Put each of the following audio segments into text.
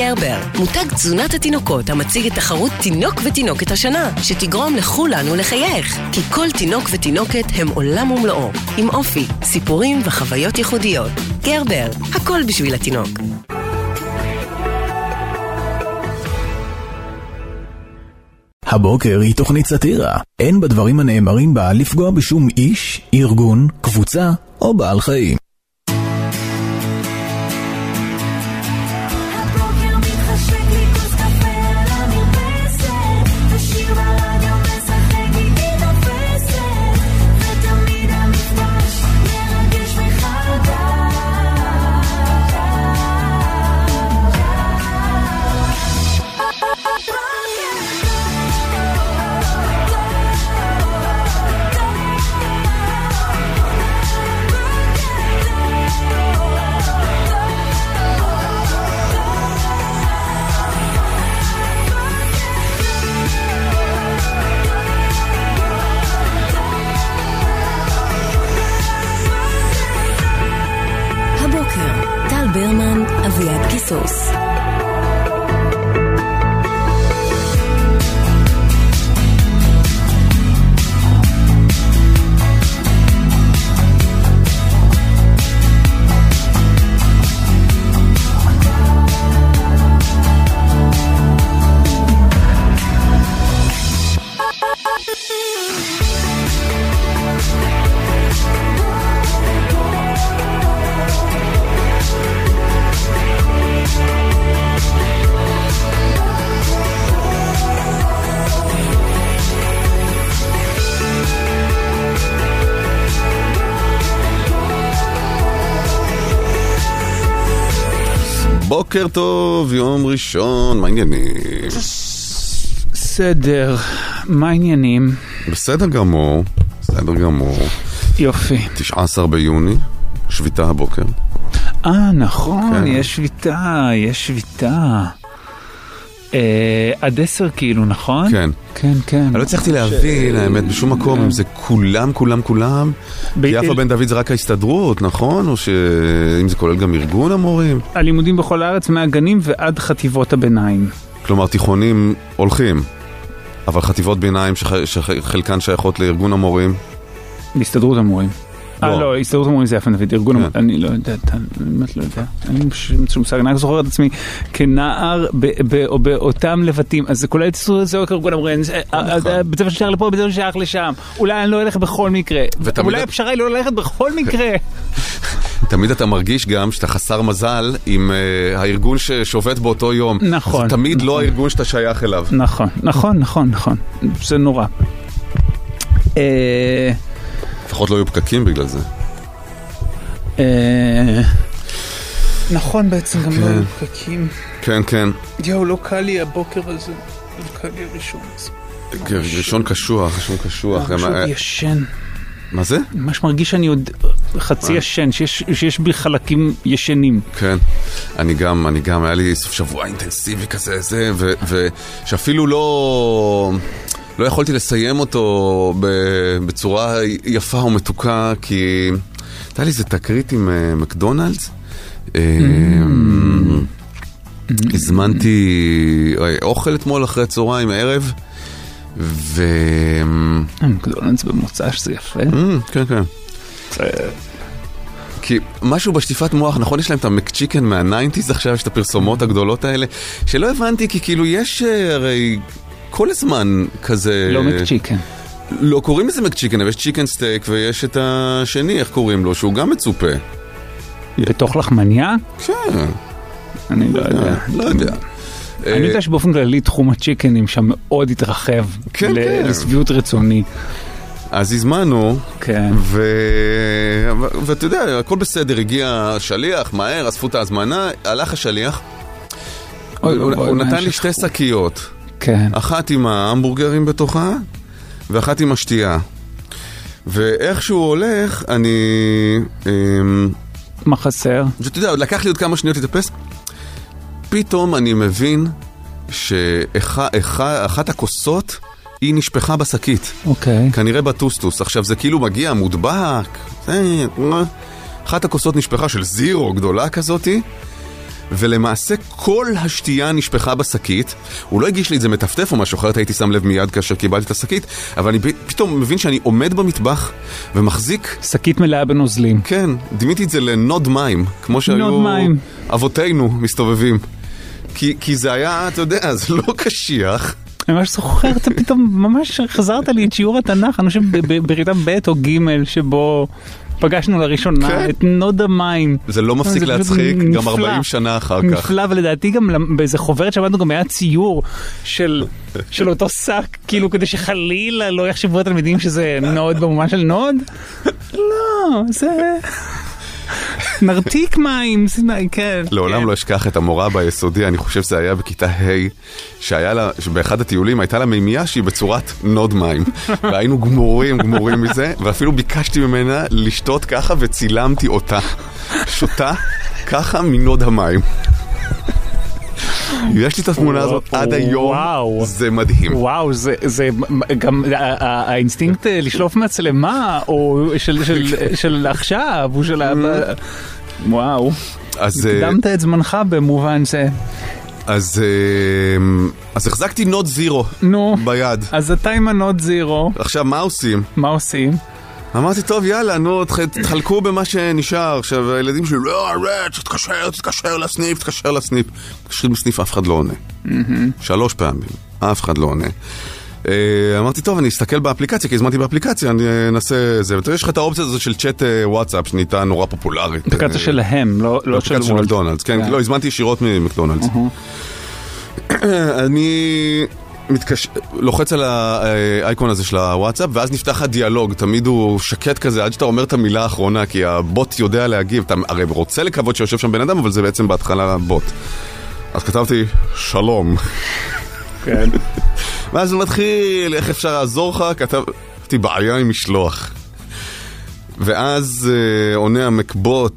גרבר, מותג תזונת התינוקות המציג את תחרות תינוק ותינוקת השנה, שתגרום לכולנו לחייך. כי כל תינוק ותינוקת הם עולם ומלואו, עם אופי, סיפורים וחוויות ייחודיות. גרבר, הכל בשביל התינוק. הבוקר היא תוכנית סאטירה. אין בדברים הנאמרים בה לפגוע בשום איש, ארגון, קבוצה או בעל חיים. ברמן, אביעד קיסוס. בוקר טוב, יום ראשון, מה העניינים? בסדר, מה העניינים? בסדר גמור, בסדר גמור. יופי. 19 ביוני, שביתה הבוקר. נכון, כן. יש שביתה. עד 10 כאילו, נכון? כן. כן, כן. אני לא הצלחתי להבין, האמת, בשום מקום, אם זה כולם, כי יפה בן דוד זה רק ההסתדרות, נכון? או שאם זה כולל גם ארגון המורים? הלימודים בכל הארץ מהגנים ועד חטיבות הביניים. כלומר, תיכונים הולכים, אבל חטיבות ביניים שחלקן שייכות לארגון המורים? להסתדרות המורים. לא, הסתדרות המורים זה יפה נבד, ארגון המורים, אני לא יודע, אני באמת לא יודע, אני שום סגנה, אני זוכר את עצמי כנער באותם לבטים, אז זה כולל את זה או כארגון המורים, בית ספר שייך לפה, בית ספר שייך לשם, אולי אני לא אלך בכל מקרה, אולי הפשרה היא לא ללכת בכל מקרה. תמיד אתה מרגיש גם שאתה חסר מזל עם הארגון ששובת באותו יום. נכון. זה תמיד לא הארגון שאתה שייך אליו. נכון. זה נורא. לפחות לא היו פקקים בגלל זה. נכון, בעצם גם לא היו פקקים. כן. יאו, לא קל לי הבוקר הזה. לא קל לי הראשון הזה. ראשון קשוח. ראשון ישן. מה זה? ממש מרגיש שאני עוד חצי ישן, שיש בי חלקים ישנים. כן, אני גם, היה לי סוף שבוע אינטנסיבי כזה, ושאפילו לא יכולתי לסיים אותו בצורה יפה ומתוקה, כי הייתה לי איזה תקרית עם מקדונלדס. הזמנתי אוכל אתמול אחרי צהריים הערב, מקדונלדס במוצא שזה יפה. כן. כי משהו בשטיפת מוח, נכון, יש להם את המקצ'יקן מה-90s עכשיו, יש את הפרסומות הגדולות האלה, שלא הבנתי, כי כאילו יש הרי כל הזמן כזה... לא מקצ'יקן. לא קוראים לזה מקצ'יקן, אבל יש צ'יקן סטייק ויש את השני, איך קוראים לו, שהוא גם מצופה. בתוך לחמניה? כן. אני לא יודע. אני יודע שבאופן כללי תחום הצ'יקנים שם מאוד התרחב לסביעות רצוני. אז הזמנו, כן. ואתה יודע, הכל בסדר, הגיע שליח, מהר, אספו את ההזמנה, הלך השליח, הוא נתן לי 2 שקיות, כן. אחת עם ההמבורגרים בתוכה, ואחת עם השתייה. ואיך שהוא הולך, מה חסר? שאתה יודע, לקח לי עוד כמה שניות להתאפס, פתאום אני מבין שאחת הכוסות היא נשפחה בשקית. אוקיי. כנראה בטוסטוס. עכשיו זה כאילו מגיע מודבק. אחת הכוסות נשפחה של זירו גדולה כזאת, ולמעשה כל השתייה נשפחה בשקית. הוא לא הגיש לי את זה מטפטף או משהו, אחרת הייתי שם לב מיד כאשר קיבלתי את השקית, אבל אני פתאום מבין שאני עומד במטבח ומחזיק... שקית מלאה בנוזלים. כן, דמיתי את זה לנוד מים, כמו שהיו אבותינו מסתובבים. כי זה היה, אתה יודע, זה לא קשיח. אני ממש זוכר, אתה פתאום ממש חזרת לי את שיעור התנ"ך, אני חושב בריטה ב' או ג' שבו פגשנו לראשונה את נוד המים. זה לא מפסיק להצחיק, גם 40 שנה אחר כך. נפלא, ולדעתי גם באיזה חוברת שעבדנו גם היה ציור של אותו שק, כאילו כדי שחלילה לא יחשבו התלמידים שזה נוד במובן של נוד. לא, זה... נרתיק מים, כן. לעולם לא אשכח את המורה ביסודי, אני חושב שזה היה בכיתה ה' שהיה לה, שבאחד הטיולים הייתה לה מימייה שהיא בצורת נוד מים. והיינו גמורים מזה, ואפילו ביקשתי ממנה לשתות ככה וצילמתי אותה. שותה ככה מנוד המים. יש לי את התמונה הזאת עד היום, זה מדהים. וואו, זה גם האינסטינקט לשלוף מצלמה, או של עכשיו, או של... וואו, הקדמת את זמנך במובן זה. אז החזקתי נוד זירו ביד. אז אתה עם הנוד זירו. עכשיו, מה עושים? מה עושים? אמרתי, טוב, יאללה, נו, תחלקו במה שנשאר. עכשיו, הילדים שלי, לא, תתקשר לסניף. תתקשרים לסניף, אף אחד לא עונה. 3 פעמים, אף אחד לא עונה. אמרתי, טוב, אני אסתכל באפליקציה, כי הזמנתי באפליקציה, אני אנסה זה. יש לך את האופציה הזו של צ'אט וואטסאפ, שנהייתה נורא פופולרית. אפליקציה שלהם, לא של מקדונלדס. כן, לא, הזמנתי ישירות ממקדונלדס. אני... לוחץ על האייקון הזה של הוואטסאפ, ואז נפתח הדיאלוג, תמיד הוא שקט כזה, עד שאתה אומר את המילה האחרונה, כי הבוט יודע להגיב, אתה הרי רוצה לקוות שיושב שם בן אדם, אבל זה בעצם בהתחלה בוט. אז כתבתי, שלום. כן. ואז הוא מתחיל, איך אפשר לעזור לך? כתבתי, בעיה עם משלוח. ואז עונה המקבוט,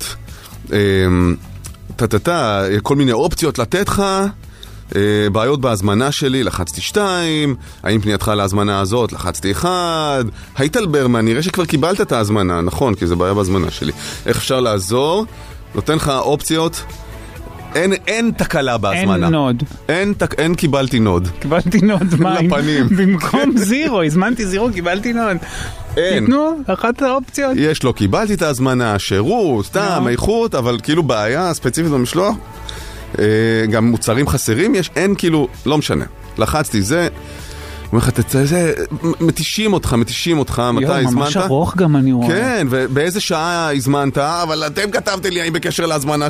כל מיני אופציות לתת לך, בעיות בהזמנה שלי, לחצתי 2, האם פנייתך להזמנה הזאת, לחצתי 1, הייטלברמן, נראה שכבר קיבלת את ההזמנה, נכון, כי זה בעיה בהזמנה שלי. איך אפשר לעזור? נותן לך אופציות, אין תקלה בהזמנה. אין נוד. אין קיבלתי נוד. קיבלתי נוד מים. לפנים. במקום זירו, הזמנתי זירו, קיבלתי נוד. אין. תתנו, אחת האופציות. יש לו, קיבלתי את ההזמנה, שירות, סתם, איכות, אבל כאילו בעיה ספציפית במשלוח. גם מוצרים חסרים יש, אין כאילו, לא משנה. לחצתי זה, אומר לך, זה, מתישים אותך, מתי הזמנת? ממש ארוך גם אני רואה. כן, ובאיזה שעה הזמנת, אבל אתם כתבתם לי, אני בקשר להזמנה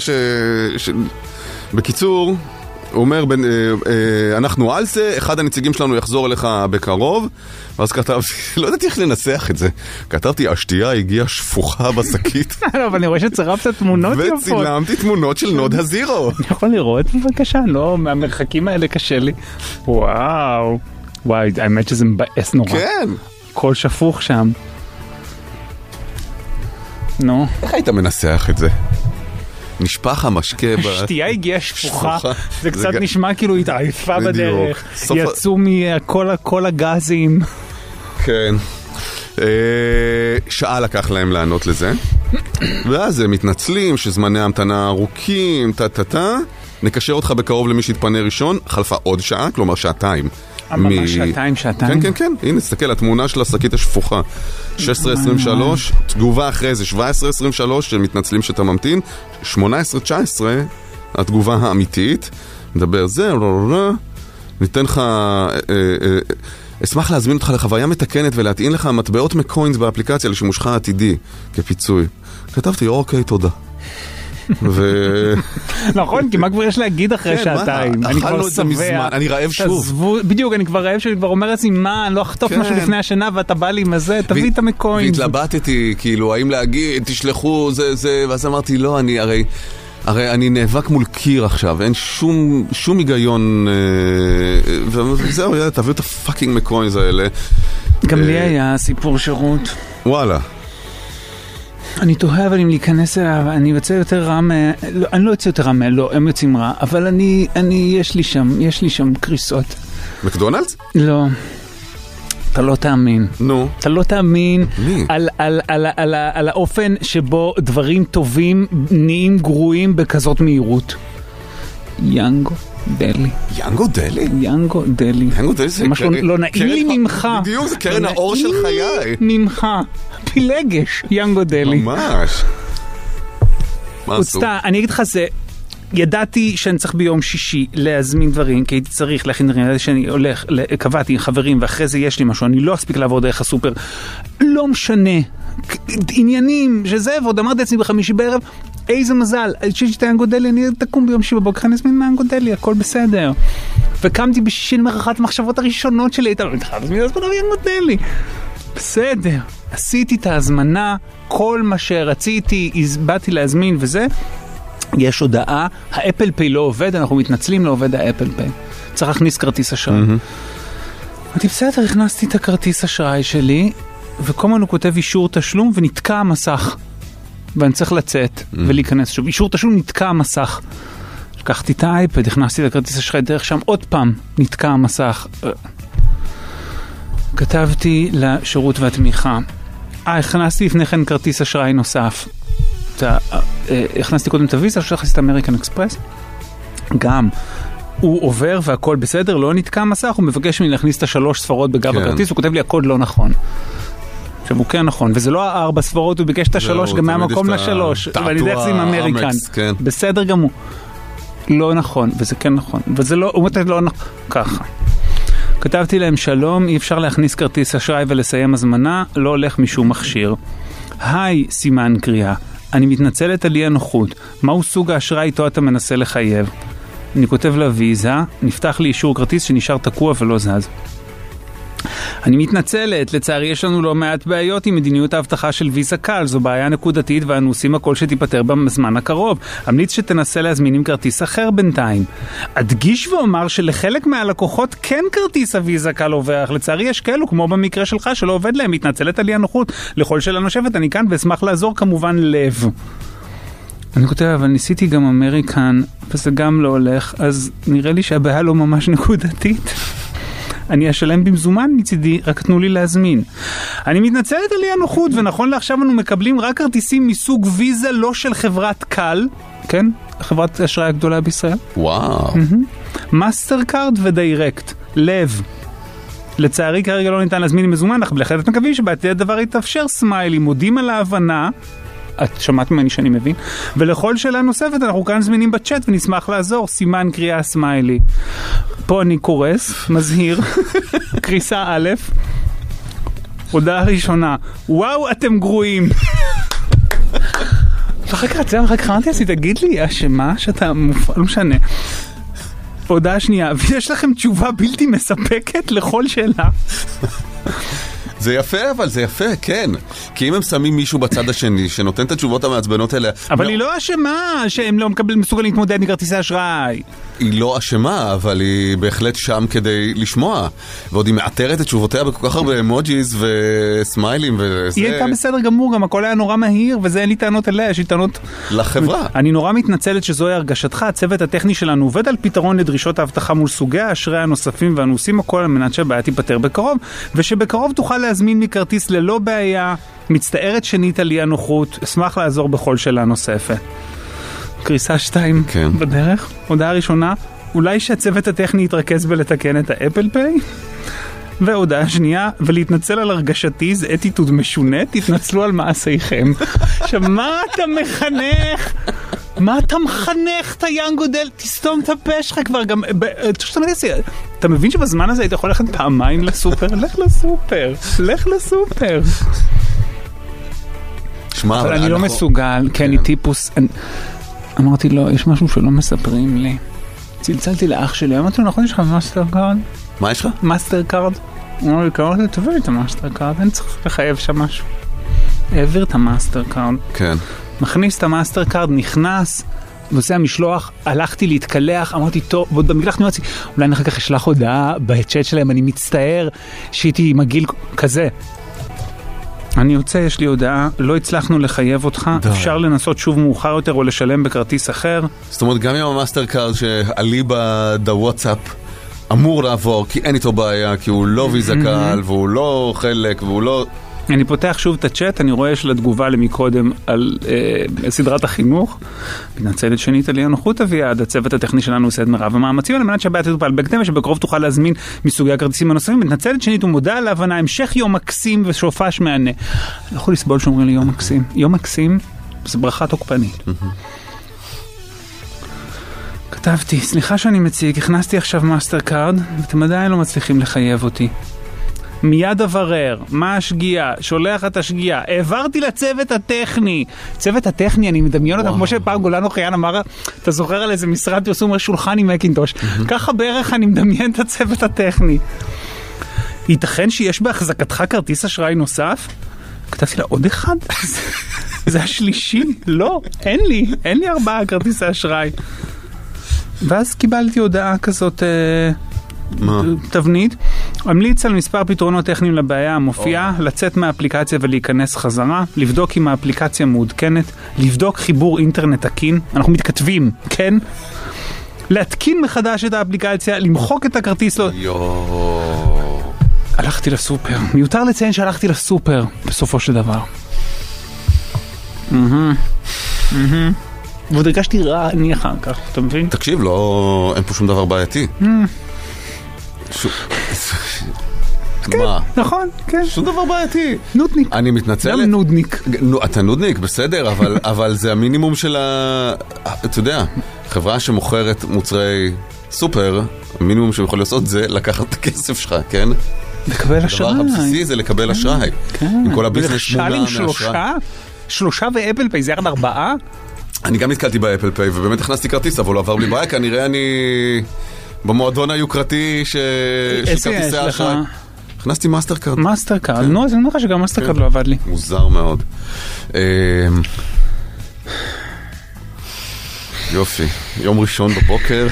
בקיצור, הוא אומר, אנחנו על זה, אחד הנציגים שלנו יחזור אליך בקרוב, ואז כתבתי, לא ידעתי איך לנסח את זה, כתבתי, השתייה הגיעה שפוכה בשקית. לא, אבל אני רואה שצרפת תמונות יפות. וצילמתי תמונות של נוד הזירו. אני יכול לראות בבקשה, לא, מהמרחקים האלה קשה לי. וואו, האמת שזה מבאס נורא. כן. הכל שפוך שם. נו. איך היית מנסח את זה? נשפח המשקה השתייה הגיעה שפוכה, זה קצת נשמע כאילו התעייפה בדרך, יצאו מכל הגזים. כן, שעה לקח להם לענות לזה, ואז הם מתנצלים שזמני המתנה ארוכים, נקשר אותך בקרוב למי שהתפנה ראשון, חלפה עוד שעה, כלומר 2 ממש שעתיים. כן, הנה, תסתכל, התמונה של השקית השפוכה 16:23, תגובה אחרי זה 17:23 שמתנצלים שאתה ממתין, 18:19 התגובה האמיתית, נדבר זה, ניתן לך, אשמח להזמין אותך לחוויה מתקנת ולהטעין לך מטבעות מקוינס באפליקציה לשימושך העתידי כפיצוי. כתבתי, אוקיי, תודה. נכון, כי מה כבר יש להגיד אחרי שעתיים? אני כבר שבע. אני רעב שוב. בדיוק, אני כבר רעב שלי, כבר אומר לעצמי, מה, אני לא אחטוף משהו לפני השנה ואתה בא לי עם הזה, תביא את המקוין. והתלבטתי, כאילו, האם להגיד, תשלחו, זה, ואז אמרתי, לא, הרי אני נאבק מול קיר עכשיו, אין שום היגיון, וזהו, תביאו את הפאקינג מקוינס האלה. גם לי היה סיפור שירות. וואלה. אני תוהה אבל אם להיכנס אליו, אני יוצא יותר רע אני לא יוצא יותר רע לא, הם יוצאים רע, אבל יש לי שם קריסות. מקדונלדס? לא. אתה לא תאמין. נו. אתה לא תאמין על האופן שבו דברים טובים נהיים גרועים בכזאת מהירות. ינגו דלי. ינגו דלי? ינגו דלי. ינגו דלי זה משהו לא נעים לי ממך. בדיוק, זה קרן האור של חיי. ממך. פילגש, ינגו דלי. ממש. אני אגיד לך זה, ידעתי שאני צריך ביום שישי להזמין דברים, כי הייתי צריך להכין דברים, ידעתי שאני הולך, קבעתי עם חברים, ואחרי זה יש לי משהו, אני לא אספיק לעבור דרך הסופר. לא משנה. עניינים שזה, ועוד אמרתי לעצמי בחמישי בערב, איזה מזל, שיש את ינגו דלי, אני תקום ביום שישי בבוקר, אני אזמין מהינגו דלי, הכל בסדר. וקמתי בשישי אחת המחשבות הראשונות שלי, הייתה ינגו דלי. בסדר. עשיתי את ההזמנה, כל מה שרציתי, באתי להזמין וזה. יש הודעה, האפל פיי לא עובד, אנחנו מתנצלים, לא עובד האפל פיי. צריך להכניס כרטיס אשראי. אמרתי, בסדר, הכנסתי את הכרטיס אשראי שלי, וכל הזמן הוא כותב אישור תשלום, ונתקע המסך. ואני צריך לצאת ולהיכנס שוב. אישור תשלום, נתקע המסך. לקחתי את האייפד, הכנסתי את הכרטיס אשראי דרך שם, עוד פעם, נתקע המסך. כתבתי לשירות והתמיכה. הכנסתי לפני כן כרטיס אשראי נוסף. הכנסתי קודם את הוויזה, הכנסתי את אמריקן אקספרס. גם הוא עובר והכל בסדר, לא נתקע מסך, הוא מבקש ממני להכניס את 3 ספרות בגב הכרטיס, הוא כותב לי הקוד לא נכון. עכשיו הוא כן נכון, וזה לא 4 ספרות, הוא ביקש את 3 גם מהמקום ל3, ואני יודע איך זה עם אמריקן. בסדר גמור. לא נכון, וזה כן נכון. וזה לא, הוא אומר לא נכון, ככה. כתבתי להם שלום, אי אפשר להכניס כרטיס אשראי ולסיים הזמנה, לא הולך משום מכשיר. היי, סימן קריאה, אני מתנצלת על אי הנוחות, מהו סוג האשראי איתו אתה מנסה לחייב? אני כותב לוויזה, נפתח לי אישור כרטיס שנשאר תקוע ולא זז. אני מתנצלת, לצערי יש לנו לא מעט בעיות עם מדיניות ההבטחה של ויזה קל, זו בעיה נקודתית ואנו עושים הכל שתיפטר בזמן הקרוב. המליץ שתנסה להזמין עם כרטיס אחר בינתיים. אדגיש ואומר שלחלק מהלקוחות כן כרטיס הוויזה קל עובר, לצערי יש כאלו, כמו במקרה שלך, שלא עובד להם, מתנצלת על אי הנוחות. לכל שאלה נושבת, אני כאן ואשמח לעזור כמובן לב. אני כותב, אבל ניסיתי גם אמריקן, וזה גם לא הולך, אז נראה לי שהבעיה לא ממש נקודתית. אני אשלם במזומן מצידי, רק תנו לי להזמין. אני מתנצלת על אי הנוחות, ונכון לעכשיו אנו מקבלים רק כרטיסים מסוג ויזה, לא של חברת קל, כן? חברת אשראי הגדולה בישראל. וואו. מאסטר קארד ודיירקט. לב. לצערי כרגע לא ניתן להזמין מזומן, אך בהחלט מקווים שבעתיד הדבר יתאפשר. סמיילי, מודים על ההבנה. את שמעת ממני שאני מבין. ולכל שאלה נוספת אנחנו כאן זמינים בצ'אט ונשמח לעזור. סימן קריאה סמיילי. פה אני קורס, מזהיר. קריסה א', הודעה ראשונה. וואו, אתם גרועים. ואחר כך אמרתי עשי, תגיד לי, אשמה שאתה לא משנה. הודעה שנייה, ויש לכם תשובה בלתי מספקת לכל שאלה. זה יפה, אבל זה יפה, כן. כי אם הם שמים מישהו בצד השני שנותן את התשובות המעצבנות האלה... אבל היא לא אשמה שהם לא מסוגלים להתמודד עם כרטיסי אשראי. היא לא אשמה, אבל היא בהחלט שם כדי לשמוע. ועוד היא מאתרת את תשובותיה בכל כך הרבה אמוג'יז וסמיילים וזה... היא הייתה בסדר גמור, גם הכל היה נורא מהיר, וזה אין לי טענות אליה, יש לי טענות... לחברה. אני נורא מתנצלת שזוהי הרגשתך, הצוות הטכני שלנו עובד על פתרון לדרישות ההבטחה מול סוגי האשראי הנוספים, ואנו עושים הכל על מנת שהבעיה תיפטר בקרוב, ושבקרוב תוכל להזמין מכרטיס ללא בעיה. מצטערת שנית על אי הנוחות, אשמח לעזור בכל שאלה נוספת. קריסה 2 כן. בדרך. הודעה ראשונה, אולי שהצוות הטכני יתרכז בלתקן את האפל פיי. והודעה שנייה, ולהתנצל על הרגשתי, זה אטיטוד משונה, תתנצלו על מעשיכם. עכשיו, מה אתה מחנך? מה אתה מחנך את היאנגו דל? תסתום את הפה שלך כבר גם... אתה מבין שבזמן הזה היית יכול ללכת פעמיים לסופר? לך לסופר. לך לסופר. אבל אני לא מסוגל, כי אני טיפוס... אמרתי לו, יש משהו שלא מספרים לי. צלצלתי לאח שלי, אמרתי לו, נכון, יש לך מאסטר קארד? מה יש לך? מאסטר קארד. הוא אמר לי, קראתי, תביא לי את המאסטר קארד, אני צריך לחייב שם משהו. העביר את המאסטר קארד. כן. מכניס את המאסטר קארד, נכנס, ועושה המשלוח, הלכתי להתקלח, אמרתי, טוב, ועוד במקלח נראה, אולי אני אחר כך אשלח הודעה בצ'אט שלהם, אני מצטער שהייתי מגיל כזה. אני יוצא, יש לי הודעה, לא הצלחנו לחייב אותך, אפשר לנסות שוב מאוחר יותר או לשלם בכרטיס אחר. זאת אומרת, גם עם המאסטר קארד שעלי בוואטסאפ אמור לעבור, כי אין איתו בעיה, כי הוא לא ויזה קל, והוא לא חלק, והוא לא... אני פותח שוב את הצ'אט, אני רואה של התגובה למקודם על סדרת החינוך. מתנצלת שנית על הנוחות אביעד, הצוות הטכני שלנו עושה את מרב המאמצים, על מנת שהבעיה תטופל בהקדם ושבקרוב תוכל להזמין מסוגי הכרטיסים הנוספים. מתנצלת שנית ומודה על ההבנה, המשך יום מקסים ושופש מענה. אני יכול לסבול שאומרים לי יום מקסים. יום מקסים זה ברכה תוקפנית. כתבתי, סליחה שאני מציג, הכנסתי עכשיו מאסטר קארד, ואתם עדיין לא מצליחים לחייב אותי. מיד אברר, מה השגיאה? שולח את השגיאה. העברתי לצוות הטכני. צוות הטכני, אני מדמיין אותם, כמו שפעם גולן אוחיין אמר, אתה זוכר על איזה משרד פרסום שולחן עם מקינטוש. ככה בערך אני מדמיין את הצוות הטכני. ייתכן שיש בהחזקתך כרטיס אשראי נוסף? כתבתי לה, עוד אחד? זה השלישי? לא, אין לי 4 כרטיסי אשראי. ואז קיבלתי הודעה כזאת... תבנית, המליץ על מספר פתרונות טכניים לבעיה המופיעה, לצאת מהאפליקציה ולהיכנס חזרה, לבדוק אם האפליקציה מעודכנת, לבדוק חיבור אינטרנט תקין, אנחנו כן? להתקין מחדש את האפליקציה, למחוק את הכרטיס, הלכתי לסופר, מיותר לציין שהלכתי לסופר בסופו של דבר. ועוד הרגשתי רע אני אחר כך, אתה מבין? תקשיב, לא, אין פה שום דבר בעייתי. מה? נכון, כן. שום דבר בעייתי. נודניק. אני מתנצלת. גם נודניק. אתה נודניק, בסדר, אבל זה המינימום של אתה יודע, חברה שמוכרת מוצרי סופר, המינימום שיכול לעשות זה לקחת את הכסף שלך, כן? לקבל אשראי. הדבר הבסיסי זה לקבל אשראי. עם כל הביזנס מולה מאשראי. 3 ואפל פיי, זה ירד 4? אני גם נתקלתי באפל פיי, ובאמת הכנסתי כרטיס, אבל לא עבר לי בעיה, כנראה אני במועדון היוקרתי של כרטיסי האשראי. הכנסתי מאסטר קארד. מאסטר קארד? נו, אז אני אומר לך שגם מאסטר קארד לא עבד לי. מוזר מאוד. יופי, יום ראשון בבוקר.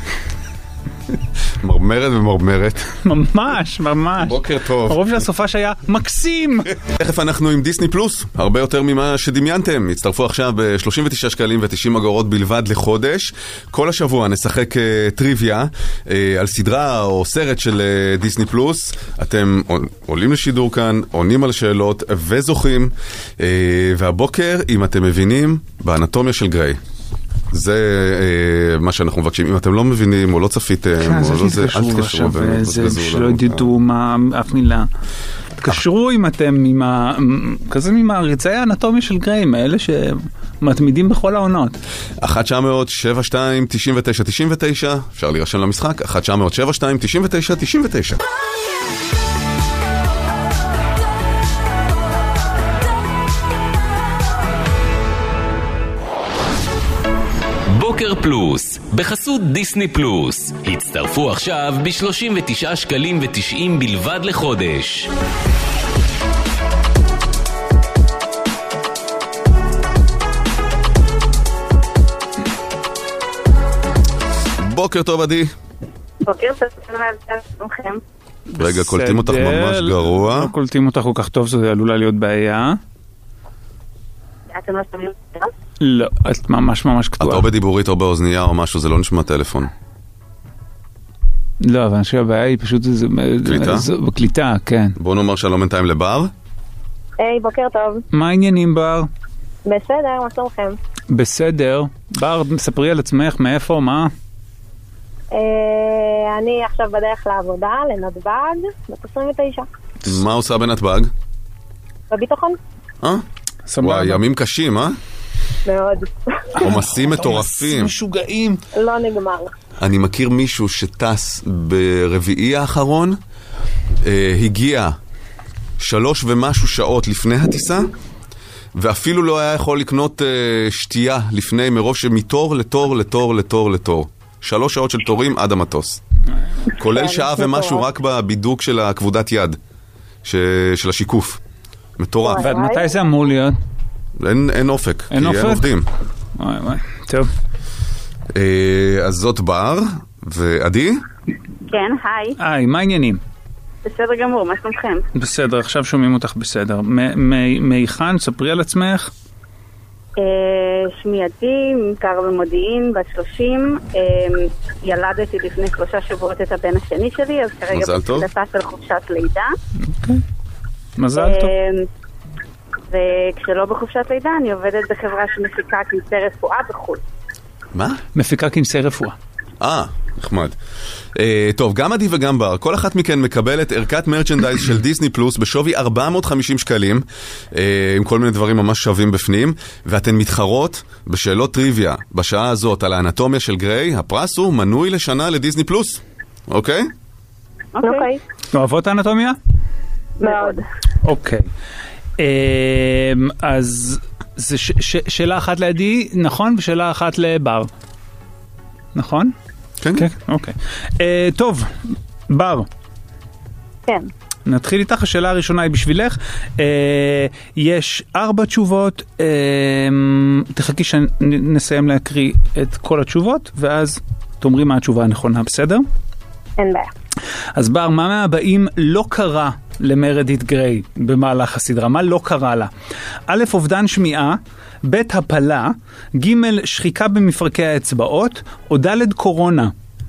מרמרת ומרמרת. ממש. בוקר טוב. הרוב של הסופה שהיה מקסים. תכף אנחנו עם דיסני פלוס, הרבה יותר ממה שדמיינתם. הצטרפו עכשיו ב-39 שקלים ו90 אגורות בלבד לחודש. כל השבוע נשחק טריוויה על סדרה או סרט של דיסני פלוס. אתם עולים לשידור כאן, עונים על שאלות וזוכים. והבוקר, אם אתם מבינים, באנטומיה של גריי. זה מה שאנחנו מבקשים. אם אתם לא מבינים או לא צפיתם, אל תתקשרו שלא ידעו אף מילה. תקשרו אם אתם כזה ממעריצי האנטומיה של גריי, מאלה שמתמידים בכל העונות. 1-900-72-99-99, אפשר להירשם למשחק, 1-900-72-99-99. בוקר פלוס, בחסות דיסני פלוס. הצטרפו עכשיו ב-39 שקלים ו90 בלבד לחודש. בוקר טוב עדי. בוקר טוב, רגע, קולטים אותך ממש גרוע. לא קולטים אותך כל כך טוב, זה עלולה להיות בעיה. אתם לא שומעים אותך? לא, את ממש קטועה. את או בדיבורית או באוזנייה או משהו, זה לא נשמע טלפון. לא, אבל אני חושב הבעיה היא פשוט קליטה? בקליטה, כן. בואו נאמר שלום בינתיים לבר. היי, בוקר טוב. מה העניינים בר? בסדר, מה שלומכם? בסדר. בר, ספרי על עצמך, מאיפה, מה? אני עכשיו בדרך לעבודה, לנתב"ג, בת 29. מה עושה בנתב"ג? בביטחון. וואי, ימים קשים, מאוד. עומסים מטורפים. משוגעים. לא נגמר. אני מכיר מישהו שטס ברביעי האחרון, הגיע 3 ומשהו שעות לפני הטיסה, ואפילו לא היה יכול לקנות שתייה לפני, מרוב שמתור לתור לתור לתור לתור. 3 שעות של תורים עד המטוס. כולל שעה ומשהו רק בבידוק של הכבודת יד, של השיקוף. מטורף. ועד מתי זה אמור להיות? אין אופק, כי אין עובדים. וואי, טוב. אז זאת בר, ועדי? כן, היי. מה העניינים? בסדר גמור, מה שלומכם? בסדר, עכשיו שומעים אותך בסדר. מהיכן, ספרי על עצמך. שמי עדי, ממכר במודיעין, בת 30. ילדתי לפני 3 שבועות את הבן השני שלי, אז כרגע בתחילתה של חופשת לידה. מזל טוב. וכשלא בחופשת לידה, אני עובדת בחברה שמפיקה כנסי רפואה בחו"ל. מה? מפיקה כנסי רפואה. נחמד. טוב, גם עדי וגם בר, כל אחת מכן מקבלת ערכת מרצ'נדייז של דיסני פלוס בשווי 450 שקלים, עם כל מיני דברים ממש שווים בפנים, ואתן מתחרות בשאלות טריוויה בשעה הזאת על האנטומיה של גריי. הפרס הוא מנוי לשנה לדיסני פלוס. אוקיי? אוקיי. אוהבות האנטומיה? מאוד. אוקיי. אז זה שאלה אחת לעדי, נכון? ושאלה אחת לבר. נכון? כן. כן, אוקיי. טוב, בר. כן. נתחיל איתך, השאלה הראשונה היא בשבילך. יש 4 תשובות, תחכי שנסיים להקריא את כל התשובות, ואז תאמרי מה התשובה הנכונה, בסדר? אין בעיה. אז בר, מה מהבאים לא קרה למרדית' גריי במהלך הסדרה? מה לא קרה לה? א', אובדן שמיעה, ב', הפלה, ג', שחיקה במפרקי האצבעות, או ד', קורונה?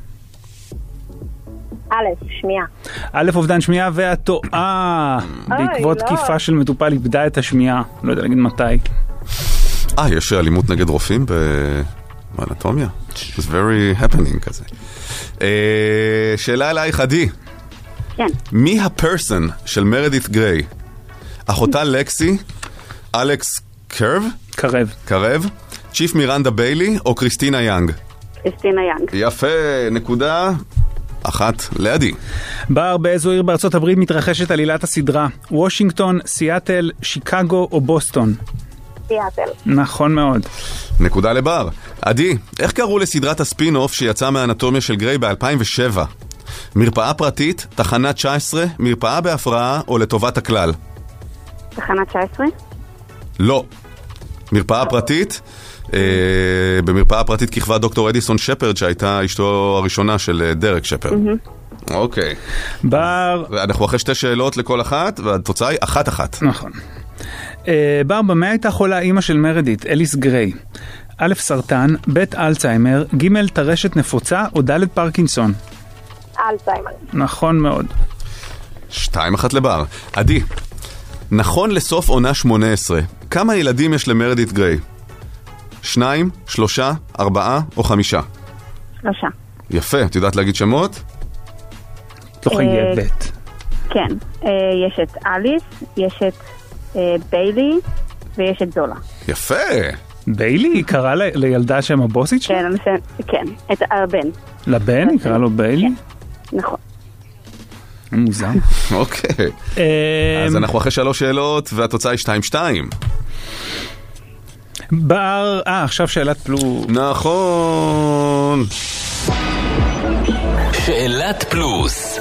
א', שמיעה. א', אובדן שמיעה, והתועה בעקבות תקיפה של מטופל איבדה את השמיעה. לא יודע להגיד מתי. יש אלימות נגד רופאים באנטומיה? It's very happening כזה. שאלה אלייך, עדי. כן. מי הפרסון של מרדית' גריי? אחותה לקסי, אלכס קרב, צ'יף מירנדה ביילי או קריסטינה יאנג? קריסטינה יאנג. יפה, נקודה 1 לעדי. בר, באיזו עיר בארצות הברית מתרחשת עלילת הסדרה? וושינגטון, סיאטל, שיקגו או בוסטון? סיאטל. נכון מאוד. נקודה לבר. עדי, איך קראו לסדרת הספין-אוף שיצא מהאנטומיה של גריי ב-2007? מרפאה פרטית, תחנה 19, מרפאה בהפרעה או לטובת הכלל? תחנה 19? לא. מרפאה פרטית, במרפאה פרטית כיכבה דוקטור אדיסון שפרד, שהייתה אשתו הראשונה של דרק שפרד. אוקיי. בר... אנחנו אחרי 2 שאלות לכל אחת, והתוצאה היא 1-1. נכון. בר, במה הייתה חולה אמא של מרדית', אליס גריי? א', סרטן, ב', אלצהיימר, ג', טרשת נפוצה או ד', פרקינסון? אלצהיימר. נכון מאוד. 2-1 לבר. עדי, נכון לסוף עונה 18, כמה ילדים יש למרדית' גריי? 2, 3, 4 או 5? 3. יפה, את יודעת להגיד שמות? לא חייבת. כן, יש את אליס, יש את ביילי ויש את זולה. יפה. ביילי? היא קראה לילדה שם הבוסית שלה? כן, את הבן. לבן? היא קראה לו ביילי? נכון. מוזר. אוקיי. אז אנחנו אחרי 3 שאלות, והתוצאה היא 2-2. בר... עכשיו שאלת פלוס. נכון. שאלת פלוס.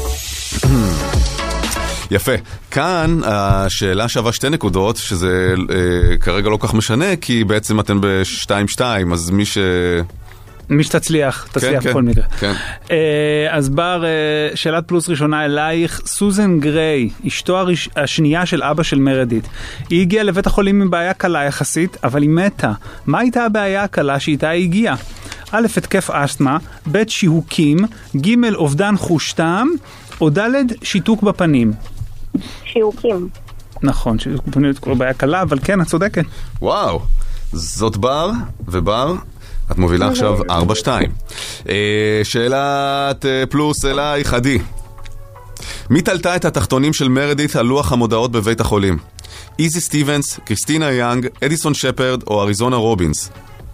יפה. כאן השאלה שווה 2 נקודות, שזה כרגע לא כך משנה, כי בעצם אתן ב-2-2, אז מי שתצליח, תצליח בכל מקרה. אז בר, שאלת פלוס ראשונה אלייך. סוזן גריי, אשתו השנייה של אבא של מרדית', היא הגיעה לבית החולים עם בעיה קלה יחסית, אבל היא מתה. מה הייתה הבעיה הקלה שאיתה היא הגיעה? א', התקף אסתמה, ב', שיהוקים, ג', אובדן חוש טעם, או ד', שיתוק בפנים? שיהוקים. נכון, שיתוק בפנים זה בעיה קלה, אבל כן, את צודקת. וואו, זאת בר, ובר, את מובילה עכשיו 4-2. שאלת פלוס אלייך, עדי. מי תלתה את התחתונים של מרדית' על לוח המודעות בבית החולים? איזי סטיבנס, קריסטינה יאנג, אדיסון שפרד או אריזונה רובינס?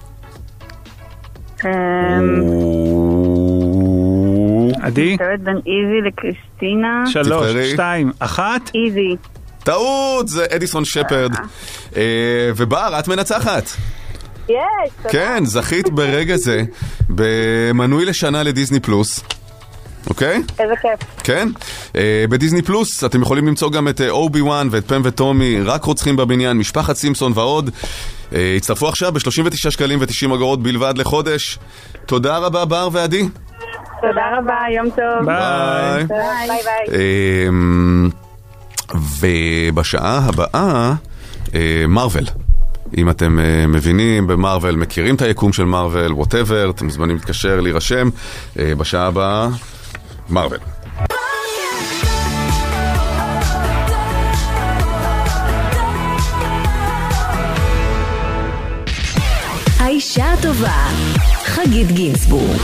עדי? מתארת בין איזי לקריסטינה. 3, 2, 1. איזי. טעות, זה אדיסון שפרד. ובר, את מנצחת. כן, זכית ברגע זה במנוי לשנה לדיסני פלוס. אוקיי? איזה כיף. כן. בדיסני פלוס אתם יכולים למצוא גם את אובי-וואן ואת פם וטומי, רק רוצחים בבניין, משפחת סימפסון ועוד. הצטרפו עכשיו ב-39 שקלים ו90 אגורות בלבד לחודש. תודה רבה בר ועדי. תודה רבה, יום טוב. ביי. ביי. ובשעה הבאה מרוול. אם אתם מבינים במרוול, מכירים את היקום של מרוול, whatever, אתם מוזמנים להתקשר, להירשם. בשעה הבאה, מרוול. טובה, חגית גינסבורג.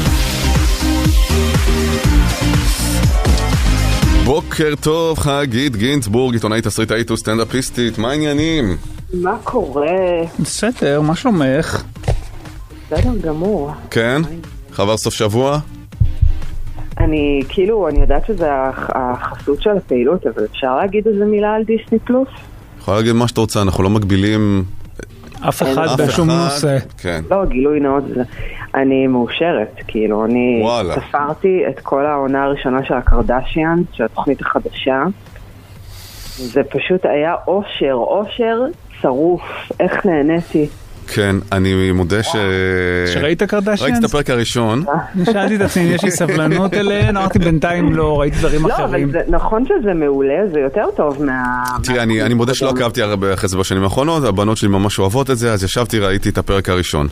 בוקר טוב, חגית גינסבורג, עיתונאית, תסריטאית וסטנדאפיסטית, מה העניינים? מה קורה? בסדר, מה שלומך? בסדר גמור. כן? חבר סוף שבוע? אני יודעת שזה החסות של הפעילות, אבל אפשר להגיד איזה מילה על דיסני פלוס? יכולה להגיד מה שאתה רוצה, אנחנו לא מגבילים אף אחד בשום נושא. כן. לא, גילוי נאות, אני מאושרת, אני ספרתי את כל העונה הראשונה של הקרדשיאן, של התוכנית החדשה, זה פשוט היה אושר צרוף, איך נהניתי. כן, אני מודה שראית קרדשיאנס? ראיתי את הפרק הראשון. שאלתי את עצמי, יש לי סבלנות אליהן, אמרתי בינתיים לא, ראיתי דברים אחרים. לא, אבל נכון שזה מעולה, זה יותר טוב תראה, אני מודה שלא עקבתי הרבה אחרי זה בשנים האחרונות, הבנות שלי ממש אוהבות את זה, אז ישבתי, ראיתי את הפרק הראשון.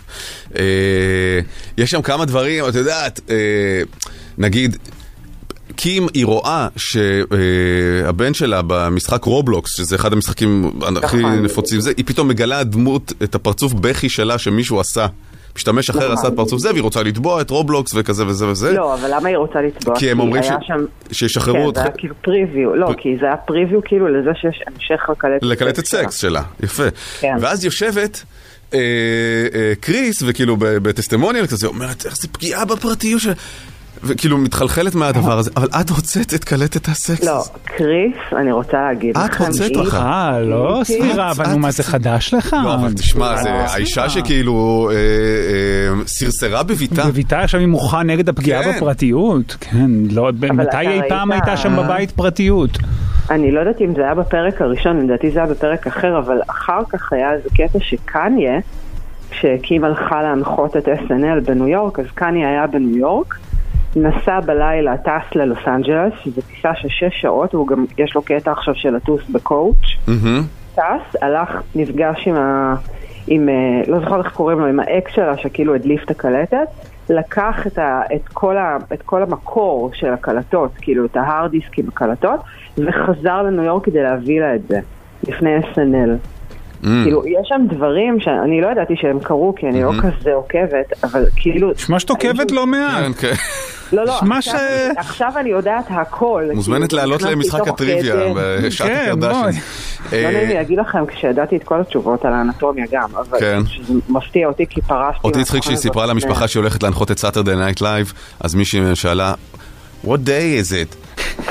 יש שם כמה דברים, את יודעת, נגיד, קים היא רואה שהבן שלה במשחק רובלוקס, שזה אחד המשחקים הכי נפוצים, היא פתאום מגלה הדמות, את הפרצוף בכי שלה שמישהו עשה. משתמש אחר עשה את פרצוף זה, והיא רוצה לתבוע את רובלוקס וכזה וזה וזה. לא, אבל למה היא רוצה לתבוע? כי הם אומרים שישחררו אותך. כן, זה היה כאילו פריוויו. לא, כי זה היה פריוויו כאילו לזה שיש המשך לקלט את סקס שלה. יפה. ואז יושבת קריס, וכאילו בטסטימוניאל כזה, אומרת, איך זה פגיעה בפרטיות של... וכאילו מתחלחלת מהדבר הזה, אבל את הוצאת את קלטת הסקס. לא, קריס, אני רוצה להגיד לכם. את הוצאת לך. לא סבירה, אבל מה זה חדש לך? לא, אבל תשמע, זה האישה שכאילו סרסרה בביתה. בביתה עכשיו היא מוחה נגד הפגיעה בפרטיות. כן, מתי אי פעם הייתה שם בבית פרטיות? אני לא יודעת אם זה היה בפרק הראשון, לדעתי זה היה בפרק אחר, אבל אחר כך היה איזה קטע שקניה, כשקים הלכה להנחות את SNL בניו יורק, אז קניה היה בניו יורק, נסע בלילה, טס ללוס אנג'לס, זו טיסה של 6 שעות, הוא גם, יש לו קטע עכשיו של לטוס בקואוץ', טס, הלך, נפגש לא זוכר איך קוראים לו, עם האקס שלה שכאילו הדליף את הקלטת, לקח את כל המקור של הקלטות, כאילו את ההארד דיסק עם הקלטות, וחזר לניו יורק כדי להביא לה את זה, לפני SNL. כאילו, יש שם דברים שאני לא ידעתי שהם קרו, כי אני לא כזה עוקבת, אבל כאילו... שמה שאת עוקבת לא מעט. לא, עכשיו אני יודעת הכל. מוזמנת לעלות למשחק הטריוויה בשעת הקרדשיאנס. לא נעים לי להגיד לכם, כשידעתי את כל התשובות על האנטומיה גם, אבל שזה מפתיע אותי כי פרשתי... אותי הצחיק שהיא סיפרה למשפחה שהיא הולכת להנחות את Saturday Night Live, אז מישהי שאלה, What day is it?